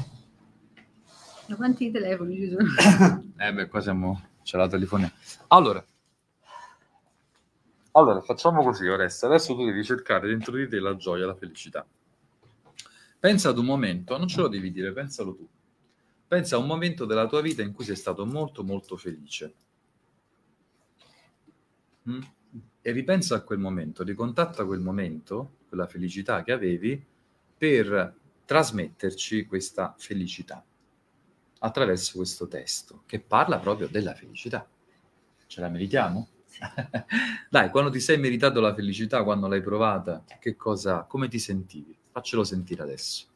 Ma quanti telefoni ci sono? Eh beh, qua siamo... c'è la telefonia. Allora. Allora, facciamo così, Oreste. Adesso tu devi cercare dentro di te la gioia, la felicità. Pensa ad un momento, non ce lo devi dire, pensalo tu. Pensa a un momento della tua vita in cui sei stato molto molto felice. Mm? E ripensa a quel momento, ricontatta quel momento, quella felicità che avevi, per trasmetterci questa felicità attraverso questo testo che parla proprio della felicità. Ce la meritiamo? Sì. Dai, quando ti sei meritato la felicità, quando l'hai provata, che cosa, come ti sentivi? Faccelo sentire adesso.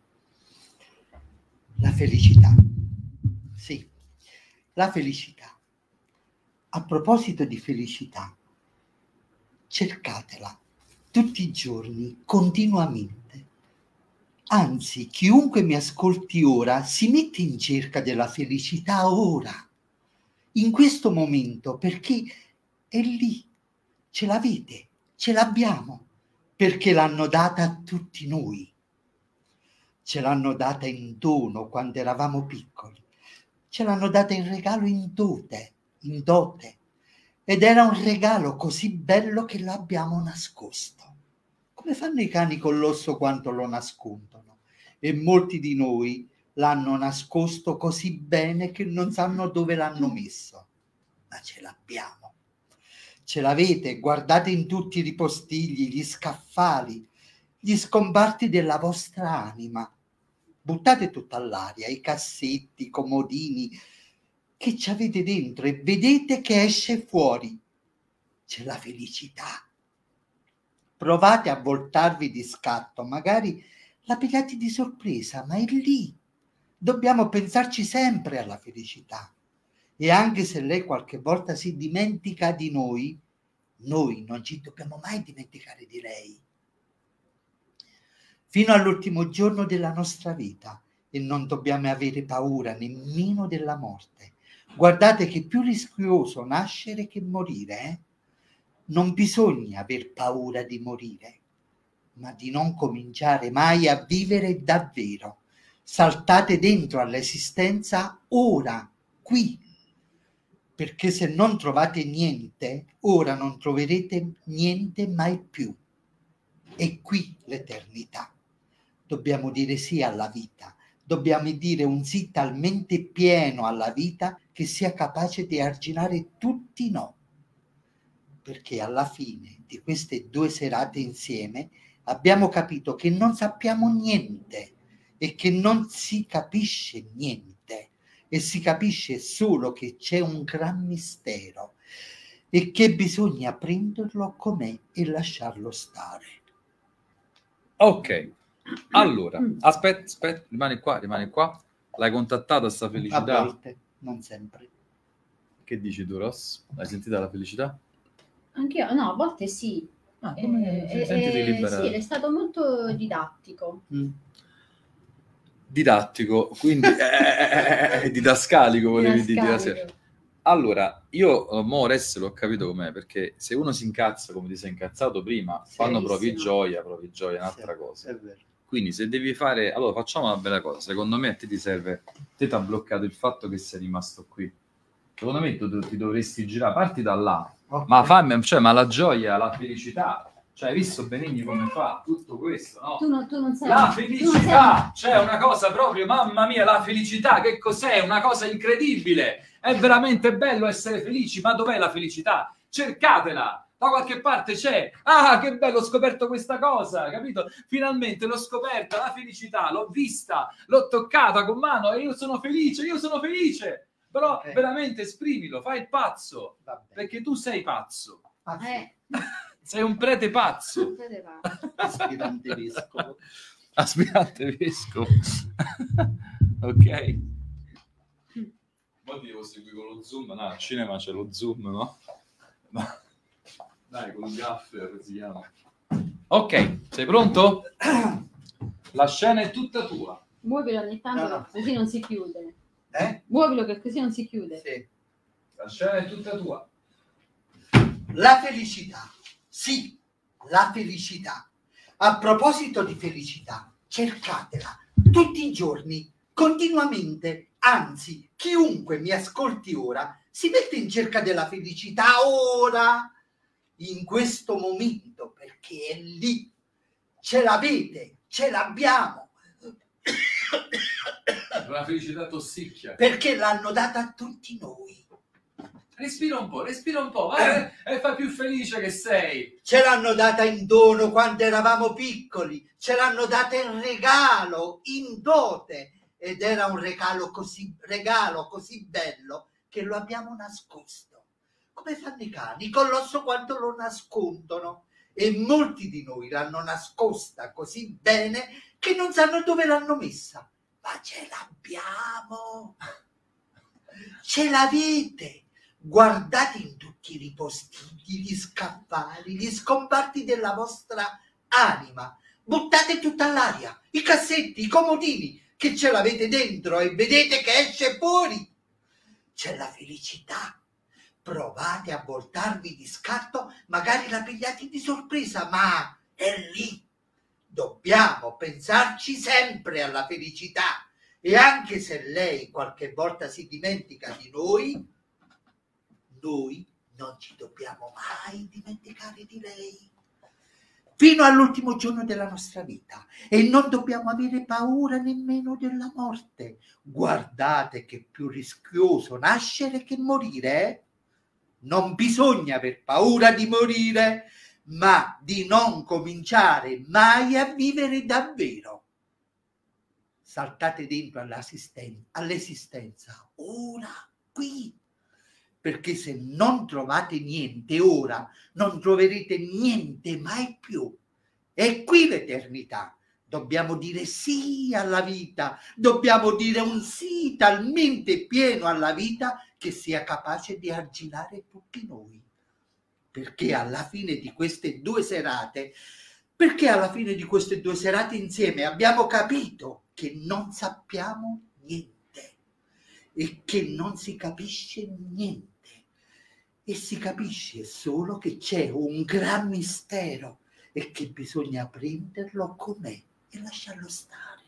La felicità. Sì, la felicità. A proposito di felicità, cercatela tutti i giorni, continuamente. Anzi, chiunque mi ascolti ora si mette in cerca della felicità ora, in questo momento, perché è lì, ce l'avete, ce l'abbiamo, perché l'hanno data a tutti noi. Ce l'hanno data in dono quando eravamo piccoli, ce l'hanno data in regalo in dote, in dote, ed era un regalo così bello che l'abbiamo nascosto. Come fanno i cani con l'osso quando lo nascondono? E molti di noi l'hanno nascosto così bene che non sanno dove l'hanno messo. Ma ce l'abbiamo. Ce l'avete, guardate in tutti i ripostigli, gli scaffali, gli scomparti della vostra anima. Buttate tutto all'aria, i cassetti, i comodini che ci avete dentro e vedete che esce fuori. C'è la felicità. Provate a voltarvi di scatto, magari la pigliate di sorpresa, ma è lì. Dobbiamo pensarci sempre alla felicità. E anche se lei qualche volta si dimentica di noi, noi non ci dobbiamo mai dimenticare di lei. Fino all'ultimo giorno della nostra vita, e non dobbiamo avere paura nemmeno della morte. Guardate che è più rischioso nascere che morire, eh? Non bisogna aver paura di morire, ma di non cominciare mai a vivere davvero. Saltate dentro all'esistenza ora, qui, perché se non trovate niente, ora non troverete niente mai più. È qui l'eternità. Dobbiamo dire sì alla vita, dobbiamo dire un sì talmente pieno alla vita che sia capace di arginare tutti i no. Perché alla fine di queste due serate insieme abbiamo capito che non sappiamo niente e che non si capisce niente e si capisce solo che c'è un gran mistero e che bisogna prenderlo com'è e lasciarlo stare. Ok, allora, aspetta, aspetta, rimani qua, rimani qua. L'hai contattata sta felicità? A volte, non sempre. Che dici tu, Ross? L'hai sentita la felicità? Anch'io, no, a volte sì. Ah, come Eh, sentiti eh, libera? sì, è stato molto didattico. Mm. Didattico, quindi eh, eh, didascalico volevi dire. Didascalico. Allora, io eh, mo adesso l'ho capito com'è, perché se uno si incazza come ti sei incazzato prima, quando provi Verissimo. gioia, provi gioia è un'altra Sì, cosa. è vero. Quindi se devi fare... Allora, facciamo una bella cosa. Secondo me a te ti serve... Te ti ha bloccato il fatto che sei rimasto qui. Secondo me tu ti dovresti girare, parti da là. Ok. Ma fammi, cioè, ma la gioia, la felicità... Cioè, hai visto Benigni come fa tutto questo, no? Tu non, tu non sei... La tu non felicità, cioè una cosa proprio, mamma mia, la felicità, che cos'è? Una cosa incredibile, è veramente bello essere felici, ma dov'è la felicità? Cercatela, da qualche parte c'è. Ah, che bello, ho scoperto questa cosa, capito? Finalmente l'ho scoperta, la felicità, l'ho vista, l'ho toccata con mano e io sono felice, io sono felice. Però Ok. veramente esprimilo, fai il pazzo, Va bene. perché tu sei pazzo, Ah, sì. Eh, sei un prete pazzo. te va. Aspirante vescovo. Aspirante vescovo. Ok. Poi ti devo seguire con lo zoom. No, al cinema c'è lo zoom, no? Ma- Dai, con il gaffer si chiama. Ok, sei pronto? La scena è tutta tua. Muovilo ogni tanto, No, no. così non si chiude. Eh? Muovilo che così non si chiude. Sì. La scena è tutta tua. La felicità. Sì, la felicità. A proposito di felicità, cercatela tutti i giorni, continuamente. Anzi, chiunque mi ascolti ora si mette in cerca della felicità ora, in questo momento, perché è lì. Ce l'avete, ce l'abbiamo. La felicità tossicchia. Perché l'hanno data a tutti noi. Respira un po', respira un po', vai, eh. e fai più felice che sei. Ce l'hanno data in dono quando eravamo piccoli, ce l'hanno data in regalo, in dote, ed era un regalo così, regalo così bello che lo abbiamo nascosto. Come fanno i cani, con l'osso quando lo nascondono. E molti di noi l'hanno nascosta così bene che non sanno dove l'hanno messa. Ma ce l'abbiamo. Ce l'avete. Guardate in tutti i ripostigli, gli scaffali, gli scomparti della vostra anima. Buttate tutta all'aria, i cassetti, i comodini, che ce l'avete dentro e vedete che esce fuori. C'è la felicità. Provate a voltarvi di scatto, magari la pigliate di sorpresa, ma è lì. Dobbiamo pensarci sempre alla felicità. E anche se lei qualche volta si dimentica di noi, noi non ci dobbiamo mai dimenticare di lei. Fino all'ultimo giorno della nostra vita. E non dobbiamo avere paura nemmeno della morte. Guardate che è più rischioso nascere che morire, eh? Non bisogna aver paura di morire, ma di non cominciare mai a vivere davvero. Saltate dentro all'esistenza, ora, qui, perché se non trovate niente ora, non troverete niente mai più. È qui l'eternità. Dobbiamo dire sì alla vita, dobbiamo dire un sì talmente pieno alla vita che sia capace di arginare tutti noi. Perché alla fine di queste due serate, perché alla fine di queste due serate insieme abbiamo capito che non sappiamo niente e che non si capisce niente e si capisce solo che c'è un gran mistero e che bisogna prenderlo com'è e lasciarlo stare.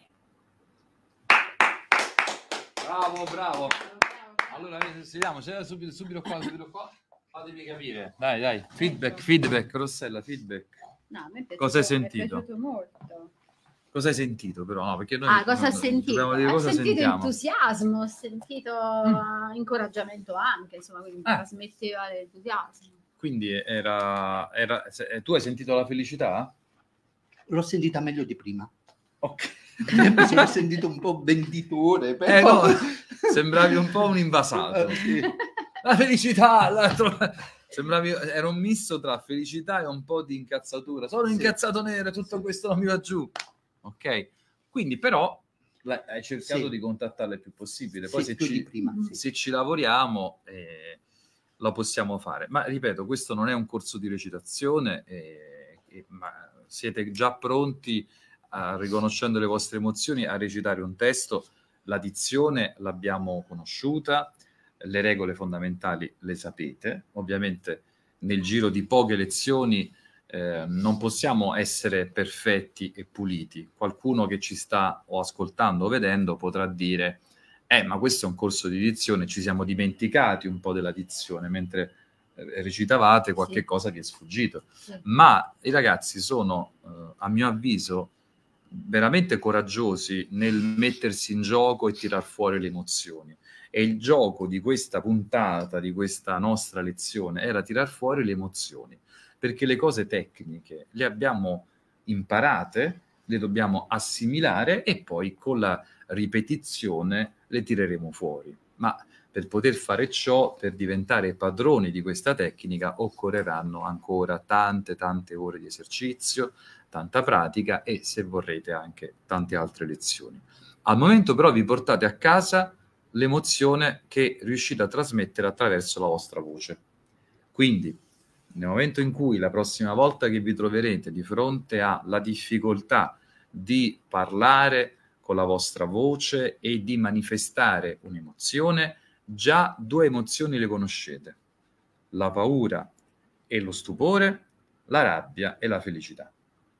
Bravo, bravo. Allora, vediamo, c'era subito, subito qua, subito qua. Fatemi capire. Dai, dai. Feedback, feedback, Rossella, feedback. No, a me è piaciuto, cosa hai mi è sentito? piaciuto molto. Cosa hai sentito però? No, perché noi Ah, cosa ha no, sentito? dire Ho cosa sentito sentiamo. entusiasmo, ho sentito Mm. incoraggiamento anche, insomma, quindi Ah. trasmetteva l'entusiasmo. Quindi era, era se- tu hai sentito la felicità? L'ho sentita meglio di prima. Ok. Mi sono sentito un po' venditore, Eh però... no, sembravi un po' un invasato. Eh, sì. La felicità, l'altro... sembravi, era un misto tra felicità e un po' di incazzatura. Sono Sì. incazzato nero, tutto questo non mi va giù. Ok, quindi però la- hai cercato Sì. di contattarla il più possibile. Poi Sì, se, più ci, di prima, sì. se ci lavoriamo eh, lo possiamo fare. Ma ripeto, questo non è un corso di recitazione, eh, eh, ma siete già pronti, a, riconoscendo le vostre emozioni, a recitare un testo. La dizione l'abbiamo conosciuta, le regole fondamentali le sapete. Ovviamente nel giro di poche lezioni eh, non possiamo essere perfetti e puliti. Qualcuno che ci sta o ascoltando o vedendo potrà dire eh, ma questo è un corso di dizione, ci siamo dimenticati un po' della dizione, mentre eh, recitavate qualche Sì. cosa vi è sfuggito. Sì. Ma i ragazzi sono, eh, a mio avviso, veramente coraggiosi nel mettersi in gioco e tirar fuori le emozioni. E il gioco di questa puntata, di questa nostra lezione, era tirar fuori le emozioni, perché le cose tecniche le abbiamo imparate, le dobbiamo assimilare e poi con la ripetizione le tireremo fuori. Ma per poter fare ciò, per diventare padroni di questa tecnica, occorreranno ancora tante, tante ore di esercizio, tanta pratica e, se vorrete, anche tante altre lezioni. Al momento però vi portate a casa l'emozione che riuscite a trasmettere attraverso la vostra voce. Quindi, nel momento in cui la prossima volta che vi troverete di fronte alla difficoltà di parlare con la vostra voce e di manifestare un'emozione, già due emozioni le conoscete: la paura e lo stupore, la rabbia e la felicità.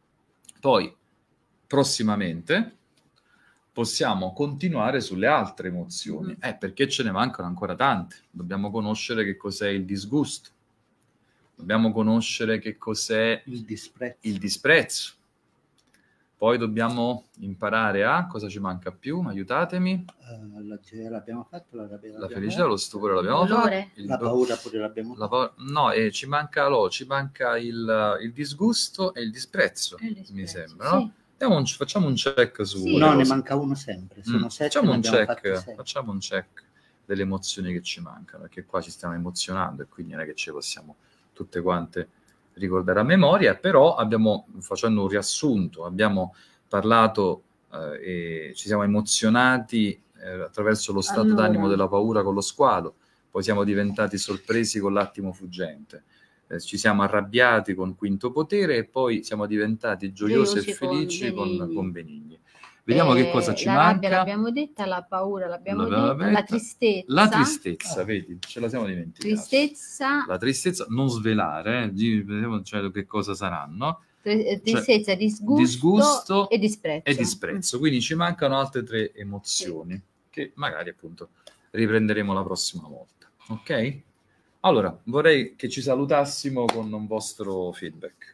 Poi, prossimamente, possiamo continuare sulle altre emozioni, eh, perché ce ne mancano ancora tante. Dobbiamo conoscere che cos'è il disgusto, dobbiamo conoscere che cos'è Il disprezzo. il disprezzo, Poi dobbiamo imparare a... Cosa ci manca più? Aiutatemi. Uh, la gioia l'abbiamo fatto, la rabbia La l'abbiamo felicità, lo stupore l'abbiamo Dolore. fatto. il la do- paura pure l'abbiamo la fatta. pa- no, e ci manca, no, ci manca il, il disgusto e il disprezzo, E il disprezzo, mi sembra, no? sì. Diamo un- facciamo un check su... Sì. le No, ne cose. manca uno sempre, sono Mm, sette, Facciamo ne un abbiamo fatti check, sei. facciamo un check delle emozioni che ci mancano, perché qua ci stiamo emozionando e quindi non è che ci possiamo tutte quante ricordare a memoria, però abbiamo, facendo un riassunto, abbiamo parlato eh, e ci siamo emozionati eh, attraverso lo stato Allora. d'animo della paura con lo squalo, poi siamo diventati sorpresi con l'attimo fuggente, eh, ci siamo arrabbiati con quinto potere e poi siamo diventati gioiosi, Gioiosi e felici con con, Benigni. con Benigni. Vediamo che Eh, cosa ci la manca. rabbia l'abbiamo detta, la paura l'abbiamo L'abbiamo detta, la detta. tristezza. La tristezza, Ah. vedi, ce la siamo dimenticati. Tristezza, La tristezza, non svelare, eh, di- vediamo cioè, che cosa saranno. tre- eh, tristezza, disgusto, disgusto e disprezzo. E disprezzo, quindi ci mancano altre tre emozioni che magari appunto riprenderemo la prossima volta. Ok? Allora, vorrei che ci salutassimo con un vostro feedback.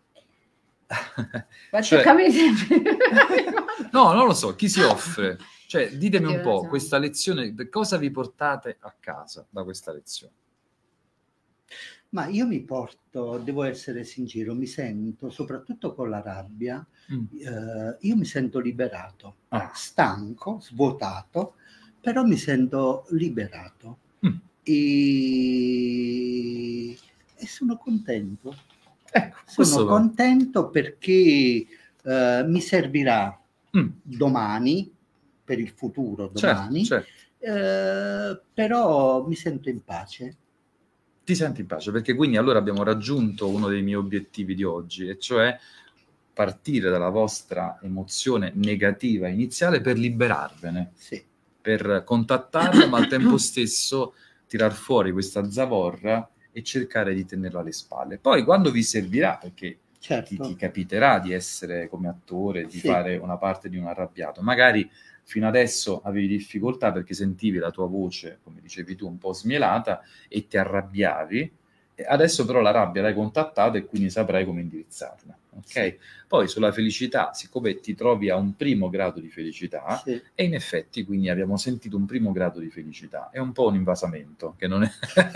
Ma Cioè- tocca a me sempre. No, non lo so, chi si offre? Cioè, ditemi un Oddio, po', non so. questa lezione, cosa vi portate a casa da questa lezione? Ma io mi porto, devo essere sincero, mi sento, soprattutto con la rabbia, Mm. eh, io mi sento liberato, Ah. stanco, svuotato, però mi sento liberato Mm. e, e sono contento. Ecco, questo Sono va. contento perché eh, mi servirà Mm. domani, per il futuro Certo, domani, certo. eh, però mi sento in pace. Ti senti in pace, perché quindi allora abbiamo raggiunto uno dei miei obiettivi di oggi, e cioè partire dalla vostra emozione negativa iniziale per liberarvene, Sì. per contattarla, ma al tempo stesso tirar fuori questa zavorra e cercare di tenerla alle spalle. Poi quando vi servirà, perché Certo. ti, ti capiterà di essere come attore, di Sì. fare una parte di un arrabbiato, magari fino adesso avevi difficoltà perché sentivi la tua voce, come dicevi tu, un po' smielata e ti arrabbiavi, e adesso però la rabbia l'hai contattata e quindi saprai come indirizzarla. Ok? Sì. Poi sulla felicità, siccome ti trovi a un primo grado di felicità, Sì. e in effetti quindi abbiamo sentito un primo grado di felicità, è un po' un invasamento, che non è...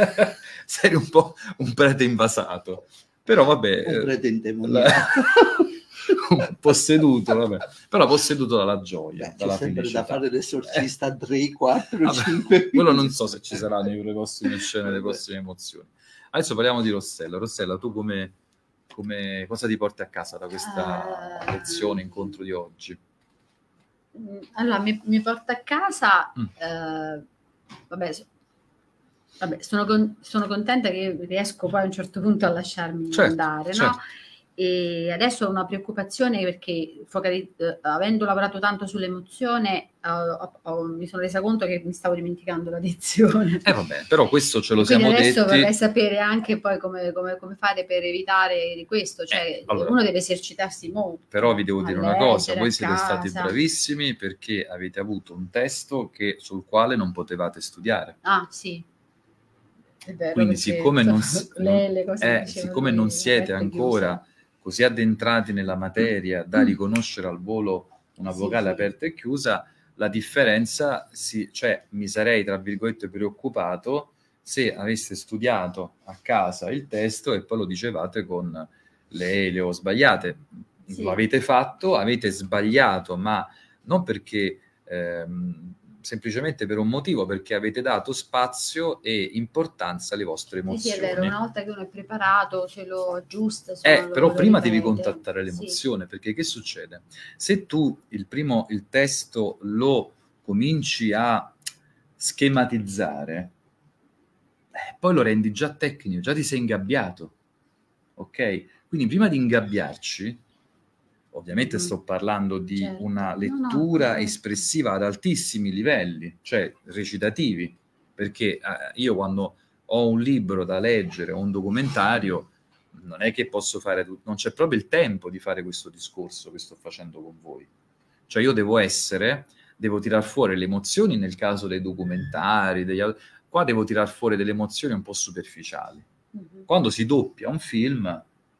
sei un po' un prete invasato, però vabbè... Un eh, prete la- indemoniato. un posseduto, vabbè. Però posseduto dalla gioia, Beh, dalla c'è sempre felicità. da fare l'esorcista Eh. tre, quattro, Vabbè, cinque. quello non so se ci sarà nelle prossime scene, nelle prossime emozioni. Adesso parliamo di Rossella. Rossella, tu come, come cosa ti porti a casa da questa Ah. lezione, incontro di oggi? Mm, Allora, mi, mi porta a casa, Mm. eh, vabbè, so- vabbè, sono, con- sono contenta che riesco poi a un certo punto a lasciarmi Certo, andare, no? certo. E adesso ho una preoccupazione perché focali- eh, avendo lavorato tanto sull'emozione, eh, ho- ho- mi sono resa conto che mi stavo dimenticando la dizione. Eh vabbè, però questo ce lo Quindi siamo adesso detti. vorrei sapere anche poi come, come- come fare per evitare di questo, cioè Eh, allora, uno deve esercitarsi molto. Però vi devo a dire una cosa, leggere voi a siete stati casa. bravissimi perché avete avuto un testo che- sul quale non potevate studiare. Ah, sì. È vero, Quindi perché, siccome, non, insomma, si- le- non- le cose che eh, dicevano siccome di non siete Roberto ancora Chiusa. così addentrati nella materia da Mm. riconoscere al volo una Sì, vocale sì. aperta e chiusa, la differenza, si, cioè mi sarei tra virgolette preoccupato se aveste studiato a casa il testo e poi lo dicevate con le, le ho sbagliate. Sì. Lo avete fatto, avete sbagliato, ma non perché... ehm, semplicemente per un motivo, perché avete dato spazio e importanza alle vostre Sì, sì, emozioni. è vero, una volta che uno è preparato ce lo aggiusta. Eh, insomma, lo- però lo prima devi ripete. contattare Sì. l'emozione, perché che succede? Se tu il primo, il testo lo cominci a schematizzare, eh, poi lo rendi già tecnico, già ti sei ingabbiato, ok? Quindi prima di ingabbiarci, ovviamente Mhm. sto parlando di Certo. una No, no, lettura certo. espressiva ad altissimi livelli, cioè recitativi, perché eh, io quando ho un libro da leggere o un documentario, non è che posso fare tutto, non c'è proprio il tempo di fare questo discorso che sto facendo con voi. Cioè io devo essere, devo tirar fuori le emozioni nel caso dei documentari, degli, au- qua devo tirar fuori delle emozioni un po' superficiali. Mhm. Quando si doppia un film,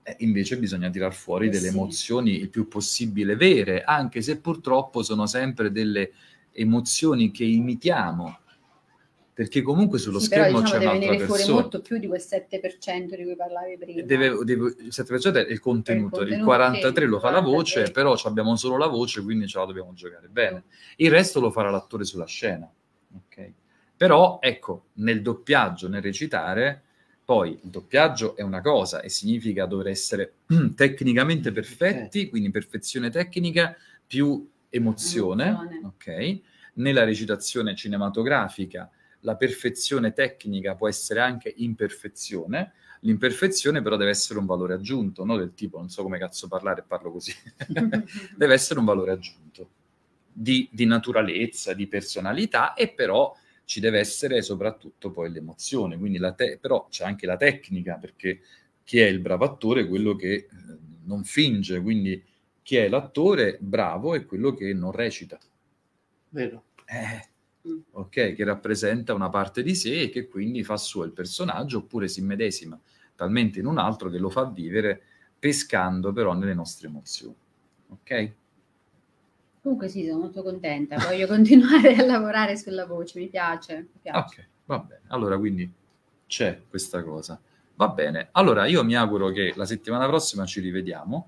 Eh, invece bisogna tirar fuori Eh delle sì. emozioni il più possibile vere, anche se purtroppo sono sempre delle emozioni che imitiamo, perché comunque sullo Sì, però schermo diciamo c'è deve un'altra venire fuori persona. molto più di quel sette per cento di cui parlavi prima. Deve, deve, il sette per cento è il contenuto, il contenuto, quarantatré sì, lo fa la voce, quarantatré. però ci abbiamo solo la voce, quindi ce la dobbiamo giocare bene. Il resto lo farà l'attore sulla scena. Okay? Però, ecco, nel doppiaggio, nel recitare, poi il doppiaggio è una cosa e significa dover essere tecnicamente perfetti, quindi perfezione tecnica più emozione, Emozione. ok? Nella recitazione cinematografica la perfezione tecnica può essere anche imperfezione, l'imperfezione però deve essere un valore aggiunto, no? Del tipo, non so come cazzo parlare, parlo così. Deve essere un valore aggiunto di, di naturalezza, di personalità, e però ci deve essere soprattutto poi l'emozione, quindi la te- però c'è anche la tecnica, perché chi è il bravo attore è quello che eh, non finge, quindi chi è l'attore bravo è quello che non recita. Vero. Eh, Mm. ok, che rappresenta una parte di sé e che quindi fa suo il personaggio, oppure si immedesima talmente in un altro che lo fa vivere, pescando però nelle nostre emozioni. Ok? Comunque sì, sono molto contenta, voglio continuare a lavorare sulla voce, mi piace, mi piace. Ok, va bene. Allora, quindi c'è questa cosa. Va bene. Allora, io mi auguro che la settimana prossima ci rivediamo,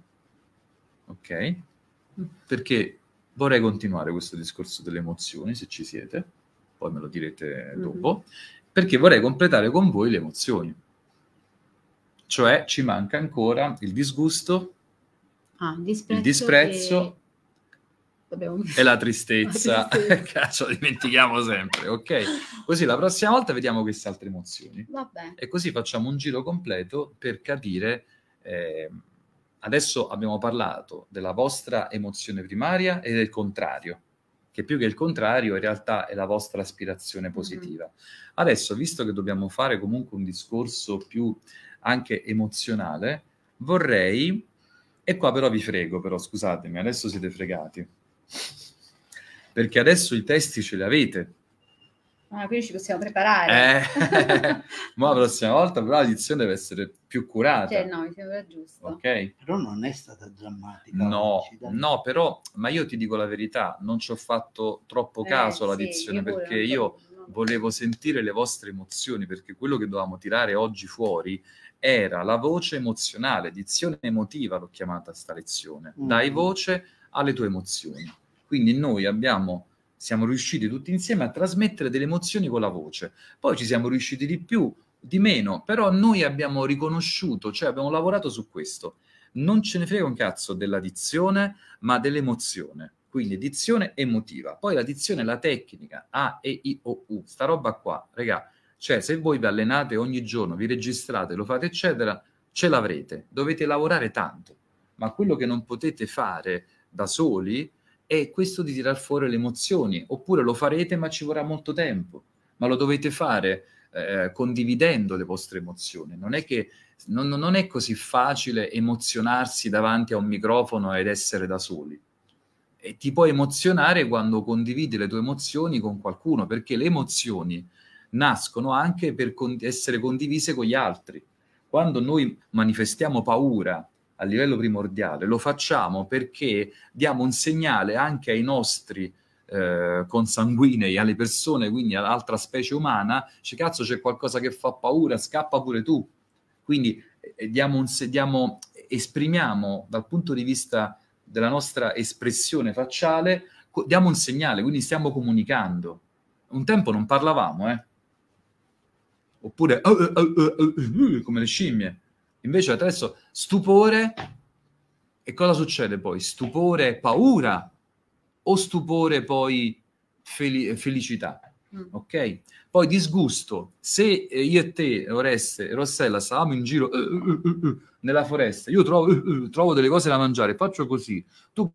ok? Perché vorrei continuare questo discorso delle emozioni, se ci siete, poi me lo direte Mhm. dopo, perché vorrei completare con voi le emozioni. Cioè, ci manca ancora il disgusto, Ah, disprezzo il disprezzo e... Dobbiamo... e la tristezza. La tristezza. Cazzo, dimentichiamo sempre, ok? Così la prossima volta vediamo queste altre emozioni. Vabbè. E così facciamo un giro completo per capire... eh, adesso abbiamo parlato della vostra emozione primaria e del contrario, che più che il contrario in realtà è la vostra aspirazione positiva. Mm-hmm. Adesso, visto che dobbiamo fare comunque un discorso più anche emozionale, vorrei... E qua però vi frego, però scusatemi, adesso siete fregati. Perché adesso i testi ce li avete. Ah, quindi ci possiamo preparare. Eh, ma la prossima volta però l'edizione deve essere più curata. Cioè, no, mi sembra giusto. Ok? Però non è stata drammatica. No, oggi, dai. no, però, ma io ti dico la verità, non ci ho fatto troppo caso Eh, all'edizione, sì, io pure, perché non so- io no. volevo sentire le vostre emozioni, perché quello che dovevamo tirare oggi fuori era la voce emozionale, edizione emotiva l'ho chiamata sta lezione, Mm. dai voce alle tue emozioni. Quindi noi abbiamo, siamo riusciti tutti insieme a trasmettere delle emozioni con la voce, poi ci siamo riusciti di più, di meno, però noi abbiamo riconosciuto, cioè abbiamo lavorato su questo. Non ce ne frega un cazzo della dizione, ma dell'emozione. Quindi dizione emotiva. Poi la dizione, la tecnica, A, E, I, O, U, sta roba qua, regà. Cioè, se voi vi allenate ogni giorno, vi registrate, lo fate, eccetera, ce l'avrete. Dovete lavorare tanto. Ma quello che non potete fare da soli è questo di tirar fuori le emozioni. Oppure lo farete, ma ci vorrà molto tempo. Ma lo dovete fare eh, condividendo le vostre emozioni. Non è che non, non è così facile emozionarsi davanti a un microfono ed essere da soli. E ti puoi emozionare quando condividi le tue emozioni con qualcuno, perché le emozioni nascono anche per con- essere condivise con gli altri. Quando noi manifestiamo paura a livello primordiale, lo facciamo perché diamo un segnale anche ai nostri eh, consanguinei, alle persone, quindi all'altra specie umana, c'è cazzo, c'è qualcosa che fa paura, scappa pure tu. Quindi eh, diamo un, diamo, esprimiamo dal punto di vista della nostra espressione facciale, diamo un segnale, quindi stiamo comunicando. Un tempo non parlavamo, eh? Oppure uh, uh, uh, uh, come le scimmie. Invece adesso stupore, e cosa succede poi? Stupore, paura, o stupore poi fel- felicità? Mm. Ok? Poi disgusto. Se io e te, Oreste e Rossella, stavamo in giro uh, uh, uh, uh, nella foresta, io trovo, uh, uh, trovo delle cose da mangiare, faccio così, tu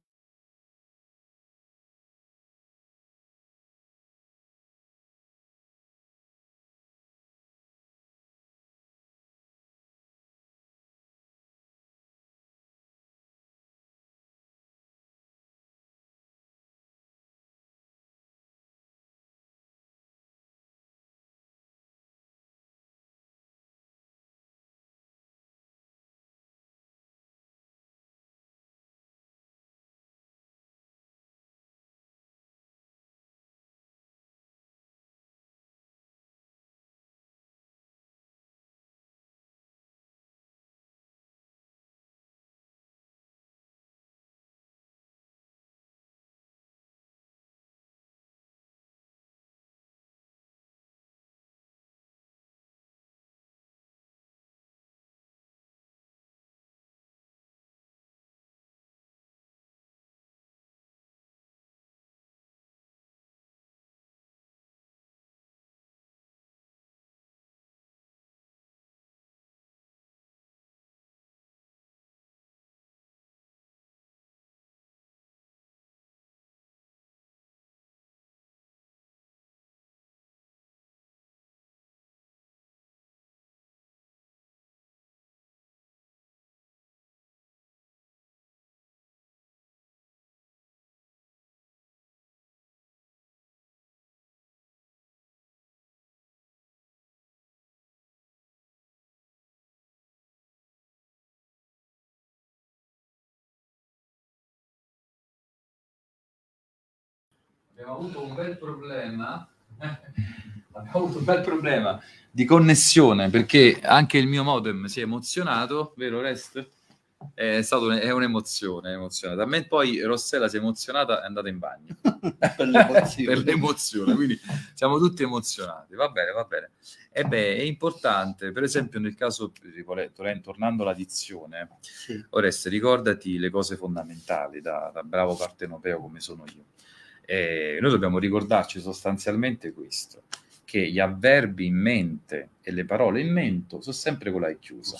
Abbiamo avuto un bel problema. Abbiamo avuto un bel problema di connessione perché anche il mio modem si è emozionato, vero Rest? È stato è un'emozione, è emozionata. A me poi Rossella si è emozionata e è andata in bagno per l'emozione. per l'emozione, quindi siamo tutti emozionati. Va bene, va bene. E beh, è importante, per esempio nel caso, tornando alla dizione, Sì. Oreste, ricordati le cose fondamentali da, da bravo partenopeo come sono io. Eh, noi dobbiamo ricordarci sostanzialmente questo, che gli avverbi in mente e le parole in mento sono sempre con la E chiusa.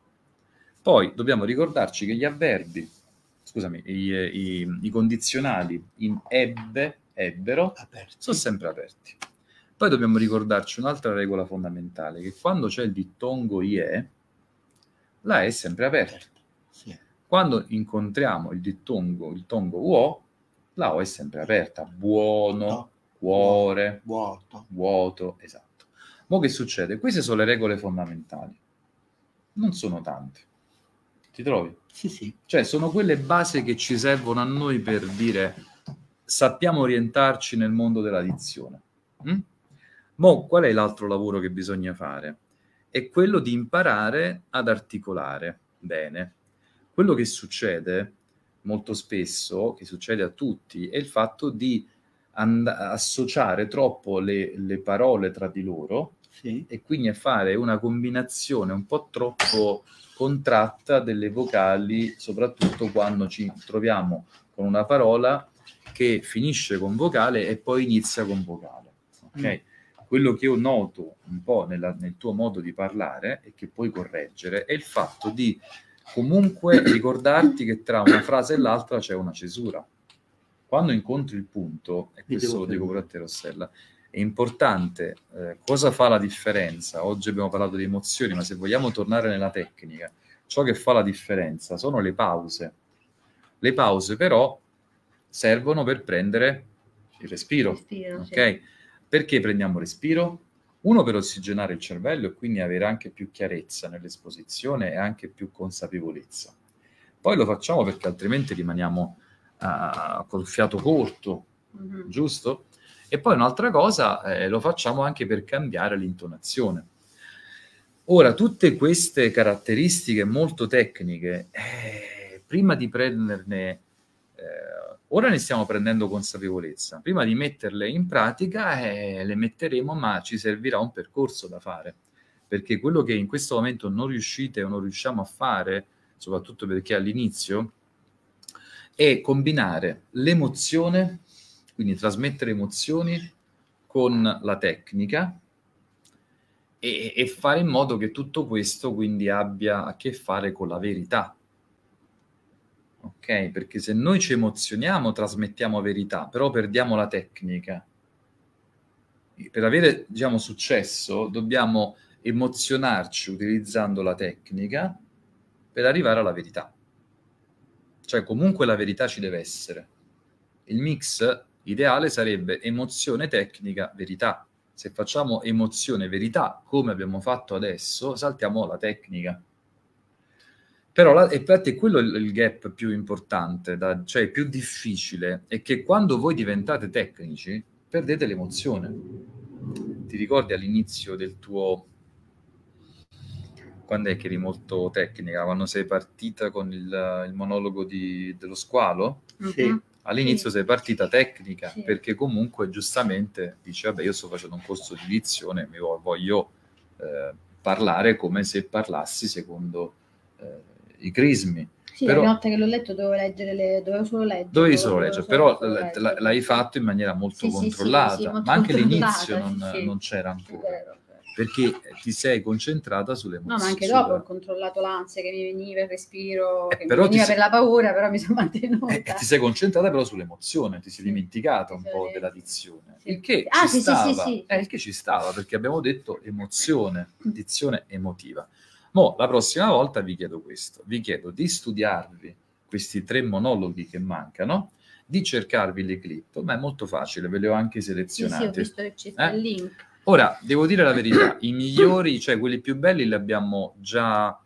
Poi dobbiamo ricordarci che gli avverbi, scusami, i, i, i condizionali in ebbe, ebbero, Aperti. sono sempre aperti. Poi dobbiamo ricordarci un'altra regola fondamentale, che quando c'è il dittongo ie, la E è sempre aperta. Sì. Quando incontriamo il dittongo, il tongo uo, la O è sempre aperta. Buono, No. cuore, Vuoto. vuoto, esatto. Mo' che succede? Queste sono le regole fondamentali. Non sono tante. Ti trovi? Sì, sì. Cioè, sono quelle basi che ci servono a noi per dire sappiamo orientarci nel mondo della dizione. Mm? Mo' qual è l'altro lavoro che bisogna fare? È quello di imparare ad articolare bene. Quello che succede molto spesso, che succede a tutti, è il fatto di and- associare troppo le, le parole tra di loro, Sì. e quindi a fare una combinazione un po' troppo contratta delle vocali, soprattutto quando ci troviamo con una parola che finisce con vocale e poi inizia con vocale. Ok? Mm. Quello che io noto un po' nella, nel tuo modo di parlare e che puoi correggere è il fatto di comunque ricordarti che tra una frase e l'altra c'è una cesura. Quando incontri il punto, e questo lo dico pure a te Rossella, è importante, eh, cosa fa la differenza? Oggi abbiamo parlato di emozioni, ma se vogliamo tornare nella tecnica, ciò che fa la differenza sono le pause. Le pause però servono per prendere il respiro. Respiro, ok? sì. Perché prendiamo respiro? Uno, per ossigenare il cervello e quindi avere anche più chiarezza nell'esposizione e anche più consapevolezza. Poi lo facciamo perché altrimenti rimaniamo uh, col fiato corto, mm-hmm. giusto? E poi un'altra cosa, eh, lo facciamo anche per cambiare l'intonazione. Ora, tutte queste caratteristiche molto tecniche, eh, prima di prenderne, eh, ora ne stiamo prendendo consapevolezza, prima di metterle in pratica eh, le metteremo, ma ci servirà un percorso da fare, perché quello che in questo momento non riuscite o non riusciamo a fare, soprattutto perché all'inizio, è combinare l'emozione, quindi trasmettere emozioni con la tecnica e, e fare in modo che tutto questo quindi abbia a che fare con la verità. Ok? Perché se noi ci emozioniamo trasmettiamo verità, però perdiamo la tecnica. Per avere, diciamo, successo dobbiamo emozionarci utilizzando la tecnica per arrivare alla verità. Cioè comunque la verità ci deve essere. Il mix ideale sarebbe emozione, tecnica, verità. Se facciamo emozione, verità, come abbiamo fatto adesso, saltiamo la tecnica. Però, la, infatti, è quello il, il gap più importante, da, cioè più difficile, è che quando voi diventate tecnici, perdete l'emozione. Ti ricordi all'inizio del tuo... Quando è che eri molto tecnica? Quando sei partita con il, il monologo di, dello squalo? Sì. All'inizio Sì. sei partita tecnica, Sì. perché comunque giustamente dici, vabbè, io sto facendo un corso di dizione, mi voglio eh, parlare come se parlassi secondo eh, i crismi. Sì, però, la notte che l'ho letto dovevo leggere, le, dovevo solo leggere. Dovevi solo dovevo leggere, solo, però solo l- leggere. l'hai fatto in maniera molto Sì, sì, controllata, sì, sì, molto ma anche controllata, l'inizio non, sì, sì. non c'era È ancora, vero, è vero. perché ti sei concentrata sulle emozioni. No, ma anche sulla- dopo ho controllato l'ansia che mi veniva, il respiro Eh, che mi però ti veniva sei- per la paura, però mi sono mantenuta. Eh, ti sei concentrata però sull'emozione, ti sei Sì. dimenticata Sì, un sì, po' sì. della dizione. Sì. Il che Ah, ci sì, sì, stava, sì, sì. eh, il che ci stava, perché abbiamo detto emozione, dizione emotiva. Mo, la prossima volta vi chiedo questo, vi chiedo di studiarvi questi tre monologhi che mancano, di cercarvi le clip, ma è molto facile, ve le ho anche Sì, sì, ho selezionate. visto che c'è sta Eh? il link. Ora, devo dire la verità, i migliori, cioè quelli più belli li abbiamo già